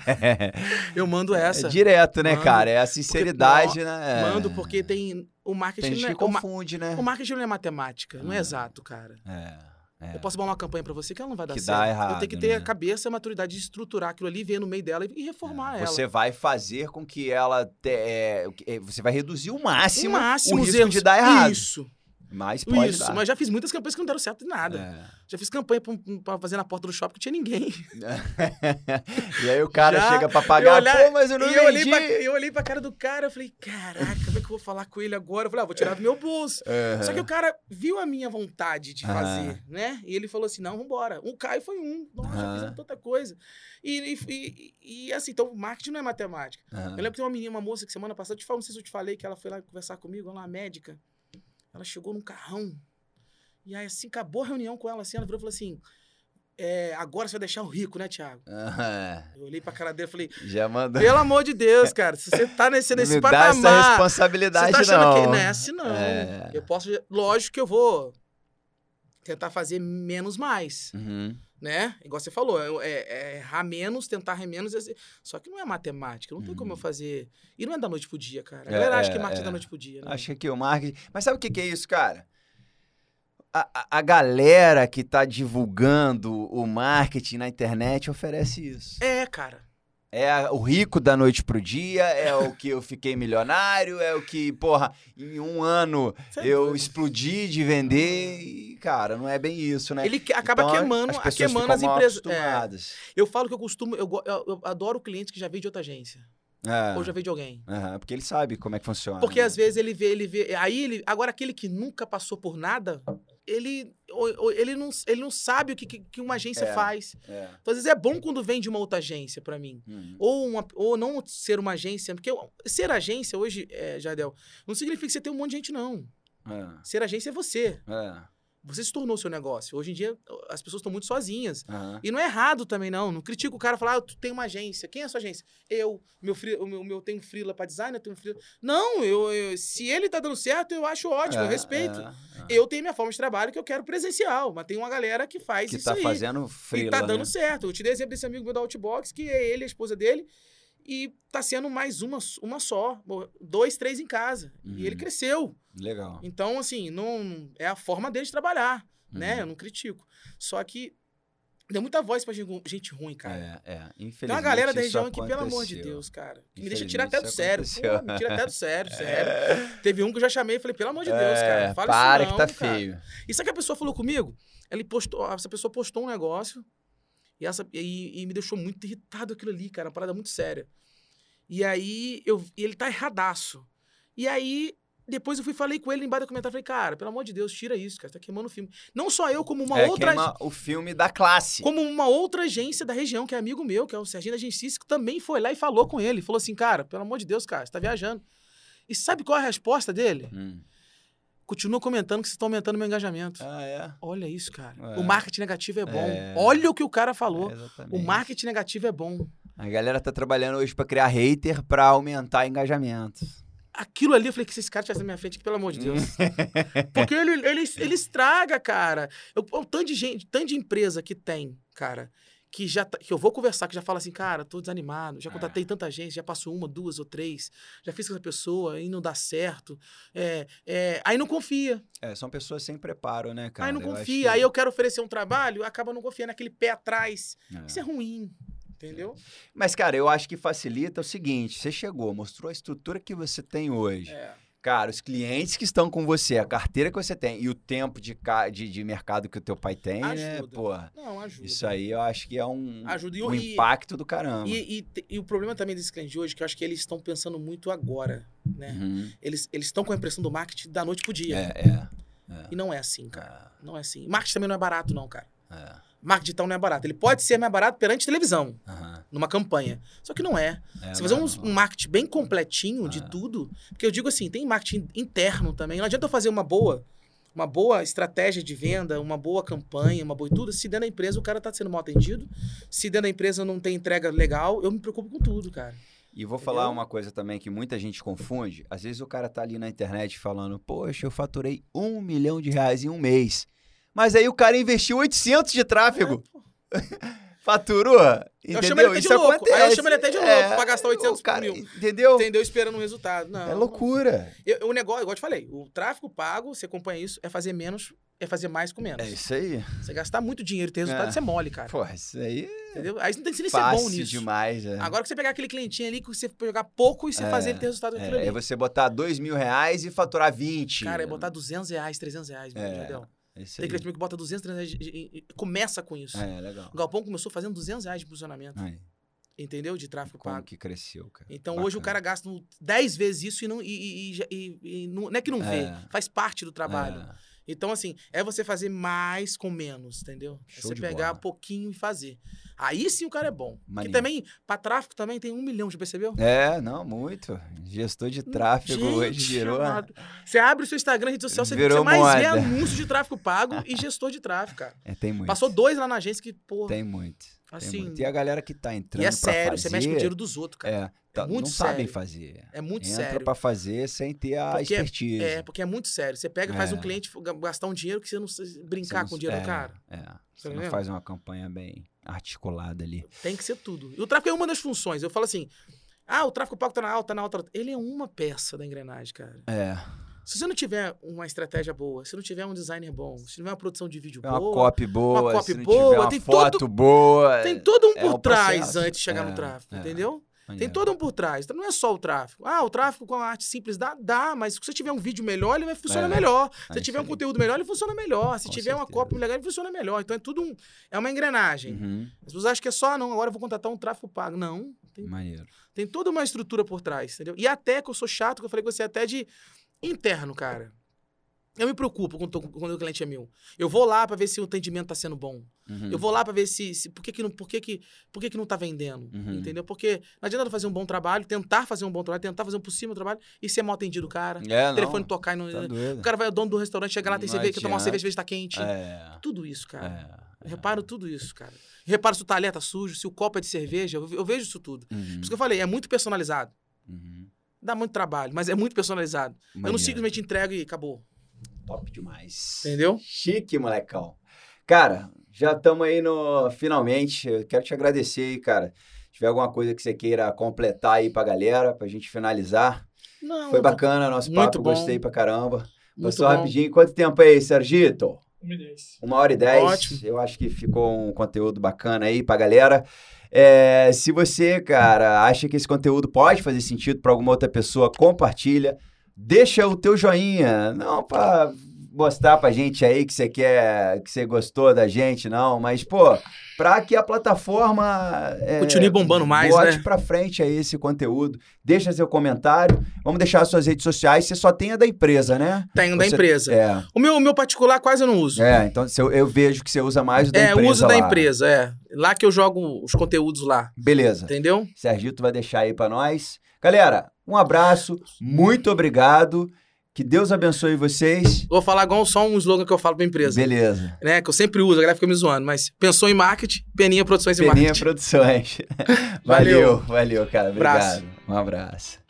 Eu mando essa. Direto, né, cara? É a sinceridade, né? Mando, porque tem... O marketing tem gente que confunde, né? O marketing não é matemática, não é exato, cara. Eu posso bolar uma campanha pra você que ela não vai dar certo. Dá errado, eu tenho que ter a cabeça e a maturidade de estruturar aquilo ali, ver no meio dela e reformar ela. Você vai fazer com que ela... você vai reduzir o máximo o risco erros. de dar errado. Isso. Mas pode dar. Mas já fiz muitas campanhas que não deram certo de nada. Já fiz campanha pra fazer na porta do shopping que tinha ninguém. E aí o cara chega pra pagar, pô, mas eu não vendi. Eu olhei pra cara do cara, eu falei, caraca, como é que eu vou falar com ele agora? Eu falei, vou tirar do meu bolso. Só que o cara viu a minha vontade de fazer, né? E ele falou assim, não, vambora. O Caio foi Nossa, já fizemos tanta coisa. E assim, então, marketing não é matemática. Eu lembro que tem uma menina, uma moça que semana passada, não sei se eu te falei, que ela foi lá conversar comigo, ela é uma médica. Ela chegou num carrão. E aí, assim, acabou a reunião com ela, assim, ela virou e falou assim, agora você vai deixar o rico, né, Thiago? Eu olhei pra cara dele e falei, já mandou. Pelo amor de Deus, cara, se você tá nesse não patamar... Não dá essa responsabilidade, você tá não. Que não é assim, não. Eu posso... Lógico que eu vou tentar fazer menos mais. Né? Igual você falou, errar menos, tentar errar menos. Só que não é matemática, não tem como eu fazer. E não é da noite pro dia, cara. A galera acha que marketing é da noite pro dia, né? Acha que o marketing... Mas sabe o que é isso, cara? A galera que tá divulgando o marketing na internet oferece isso. Cara. É o rico da noite pro dia, é o que eu fiquei milionário, é o que, porra, em um ano eu explodi de vender e, cara, não é bem isso, né? Ele acaba então, queimando as empresas. Eu falo que eu adoro cliente que já veio de outra agência. Ou já veio de alguém. Porque ele sabe como é que funciona. Porque às vezes ele vê. Agora, aquele que nunca passou por nada, ele não sabe o que uma agência faz. Então, às vezes é bom quando vem de uma outra agência pra mim. Ou não ser uma agência. Porque ser agência hoje, Jardel, não significa que você tem um monte de gente, não. Ser agência é você. Você se tornou o seu negócio. Hoje em dia, as pessoas estão muito sozinhas. E não é errado também, não. Não critico o cara falar, tu tem uma agência. Quem é a sua agência? Eu tenho freela pra design, eu tenho freela... Não, se ele tá dando certo, eu acho ótimo, eu respeito. Eu tenho minha forma de trabalho que eu quero presencial, mas tem uma galera que faz isso aí. Que tá fazendo freela, e tá dando certo. Eu te dei exemplo desse amigo meu da Outbox, que é ele, a esposa dele, e tá sendo mais uma só. 2, 3 em casa. E ele cresceu. Legal. Então, assim, não é a forma dele de trabalhar, né? Eu não critico. Só que deu muita voz pra gente ruim, cara. Infelizmente. Tem uma galera da região aqui, pelo amor de Deus, cara, que me deixa tirar até do sério. Pô, me tira até do sério, sério. Teve um que eu já chamei e falei, pelo amor de Deus, cara, fala para isso não, que tá cara. feio. E sabe o que a pessoa falou comigo? Essa pessoa postou um negócio e me deixou muito irritado aquilo ali, cara, uma parada muito séria. E aí, ele tá erradaço. E aí, depois eu falei com ele embaixo do comentário, falei, cara, pelo amor de Deus, tira isso, cara, tá queimando o filme. Não só eu, como uma outra... Queima o filme da classe. Como uma outra agência da região, que é amigo meu, que é o Serginho da Agencice, que também foi lá e falou com ele. Falou assim, cara, pelo amor de Deus, cara, você tá viajando. E sabe qual é a resposta dele? Continua comentando que vocês estão aumentando meu engajamento. Ah, é? Olha isso, cara. O marketing negativo é bom. Olha o que o cara falou. O marketing negativo é bom. A galera tá trabalhando hoje pra criar hater pra aumentar engajamento. Aquilo ali, eu falei que se esse cara tivesse na minha frente, pelo amor de Deus. Porque ele estraga, cara. Tanto de empresa que tem, cara, que eu vou conversar, que já fala assim, cara, tô desanimado, já contatei tanta gente, já passou 1, 2 ou 3, já fiz com essa pessoa e não dá certo. Aí não confia. São pessoas sem preparo, né, cara? Aí não confia. Aí eu quero oferecer um trabalho, acaba não confiando naquele pé atrás. Isso é ruim. Entendeu? Mas, cara, eu acho que facilita o seguinte, você chegou, mostrou a estrutura que você tem hoje. Cara, os clientes que estão com você, a carteira que você tem e o tempo de mercado que o teu pai tem, ajuda. Né? Pô, não, ajuda. Isso aí eu acho que é um impacto do caramba. E o problema também desses clientes de hoje, que eu acho que eles estão pensando muito agora, né? Eles estão com a impressão do marketing da noite pro dia. E não é assim, cara. Não é assim. Marketing também não é barato, não, cara. Marketing digital não é barato. Ele pode ser mais barato perante televisão, numa campanha. Só que não é. Você fazer um marketing bem completinho de tudo, porque eu digo assim, tem marketing interno também. Não adianta eu fazer uma boa estratégia de venda, uma boa campanha, uma boa e tudo, se dentro da empresa o cara tá sendo mal atendido, se dentro da empresa não tem entrega legal, eu me preocupo com tudo, cara. E vou falar uma coisa também que muita gente confunde. Às vezes o cara tá ali na internet falando, poxa, eu faturei R$1 milhão em um mês. Mas aí o cara investiu 800 de tráfego. Faturou? Entendeu? Eu chamo ele até de louco. Acontece. Aí eu chamo ele até de louco pra gastar 800 mil. Entendeu? Entendeu? Esperando um resultado. Não, é loucura. O negócio, igual eu te falei, o tráfego pago, você acompanha isso, é fazer menos, é fazer mais com menos. É isso aí. Você gastar muito dinheiro e ter resultado, você mole, cara. Pô, isso aí... Entendeu? Aí você não tem que nem ser bom nisso. Demais, Agora que você pegar aquele clientinho ali, que você jogar pouco e você fazer ele ter resultado daquilo ali. É você botar R$2.000 e faturar 20. Cara, é botar R$200, R$300, meu Deus. Tem cliente que bota 200, 300 e começa com isso. Legal. O Galpão começou fazendo R$200 de posicionamento. Entendeu? De tráfego pago. Que cresceu, cara. Então, hoje o cara gasta 10 vezes isso e não é que não vê. Faz parte do trabalho. Então, assim, é você fazer mais com menos, entendeu? Você pegar pouquinho e fazer. Aí sim o cara é bom. Porque também, para tráfego também tem 1 milhão, já percebeu? Não, muito. Gestor de tráfego hoje virou... Você abre o seu Instagram, rede social, você mais vê anúncio de tráfego pago e gestor de tráfego, cara. Tem muito. Passou 2 lá na agência que, porra... Tem muito. Assim, e a galera que tá entrando e é sério, fazer, você mexe com o dinheiro dos outros, cara. É muito não sério. Sabem fazer. É muito Entra sério. Pra fazer sem ter a expertise. Porque é muito sério. Você pega e faz um cliente gastar um dinheiro que você não brincar com o dinheiro do cara. Você não faz uma campanha bem articulada ali. Tem que ser tudo. E o tráfego é uma das funções. Eu falo assim, o tráfego pago tá na alta. Ele é uma peça da engrenagem, cara. Se você não tiver uma estratégia boa, se não tiver um designer bom, se não tiver uma produção de vídeo boa... Uma copy boa, se não tiver uma foto boa... Tem todo um por trás antes de chegar no tráfego, entendeu? Tem todo um por trás. Então não é só o tráfego. O tráfego com a arte simples dá, mas se você tiver um vídeo melhor, ele vai funcionar melhor. Se você tiver um conteúdo melhor, ele funciona melhor. Se tiver uma copy legal, ele funciona melhor. Então é tudo é uma engrenagem. As pessoas acham que é só, não, agora eu vou contratar um tráfego pago. Não. Tem toda uma estrutura por trás, entendeu? E até que eu sou chato, que eu falei com você, até de interno, cara. Eu me preocupo quando o cliente é meu. Eu vou lá pra ver se o atendimento tá sendo bom. Eu vou lá pra ver por que não tá vendendo, entendeu? Porque não adianta eu fazer um bom trabalho, tentar fazer um bom trabalho, tentar fazer um possível trabalho e ser mal atendido o cara. O telefone tocar e não... O cara vai, o dono do restaurante, chega lá, tem cerveja, quer tomar uma cerveja, às vezes tá quente. Tudo isso, cara. Eu reparo tudo isso, cara. Eu reparo se o talher tá sujo, se o copo é de cerveja, eu vejo isso tudo. Por isso que eu falei, é muito personalizado. Dá muito trabalho, mas é muito personalizado. Eu não simplesmente entrego e acabou. Top demais. Entendeu? Chique, molecão. Cara, já estamos aí no... Finalmente, eu quero te agradecer aí, cara. Se tiver alguma coisa que você queira completar aí pra galera, pra gente finalizar. Não, foi bacana nosso papo, muito bom. Gostei pra caramba. Passou rapidinho. Quanto tempo aí, Sergito? 1h10. 1h10. Ótimo. Eu acho que ficou um conteúdo bacana aí pra galera. Se você, cara, acha que esse conteúdo pode fazer sentido pra alguma outra pessoa, compartilha. Deixa o teu joinha, não pra mostrar pra gente aí que você gostou da gente, não, mas, pô, pra que a plataforma continue bombando mais, bote pra frente aí esse conteúdo. Deixa seu comentário, vamos deixar as suas redes sociais, você só tem a da empresa, né? Tenho da empresa. O meu particular quase eu não uso. Então eu vejo que você usa mais o da empresa. Eu uso da empresa, Lá que eu jogo os conteúdos lá. Beleza. Entendeu? Sergito vai deixar aí pra nós. Galera, um abraço, muito obrigado. Que Deus abençoe vocês. Vou falar igual só um slogan que eu falo pra empresa. Beleza. Né? Que eu sempre uso, a galera fica me zoando. Mas pensou em marketing, Peninha Produções e Marketing. Peninha Produções. Valeu, cara. Obrigado. Um abraço.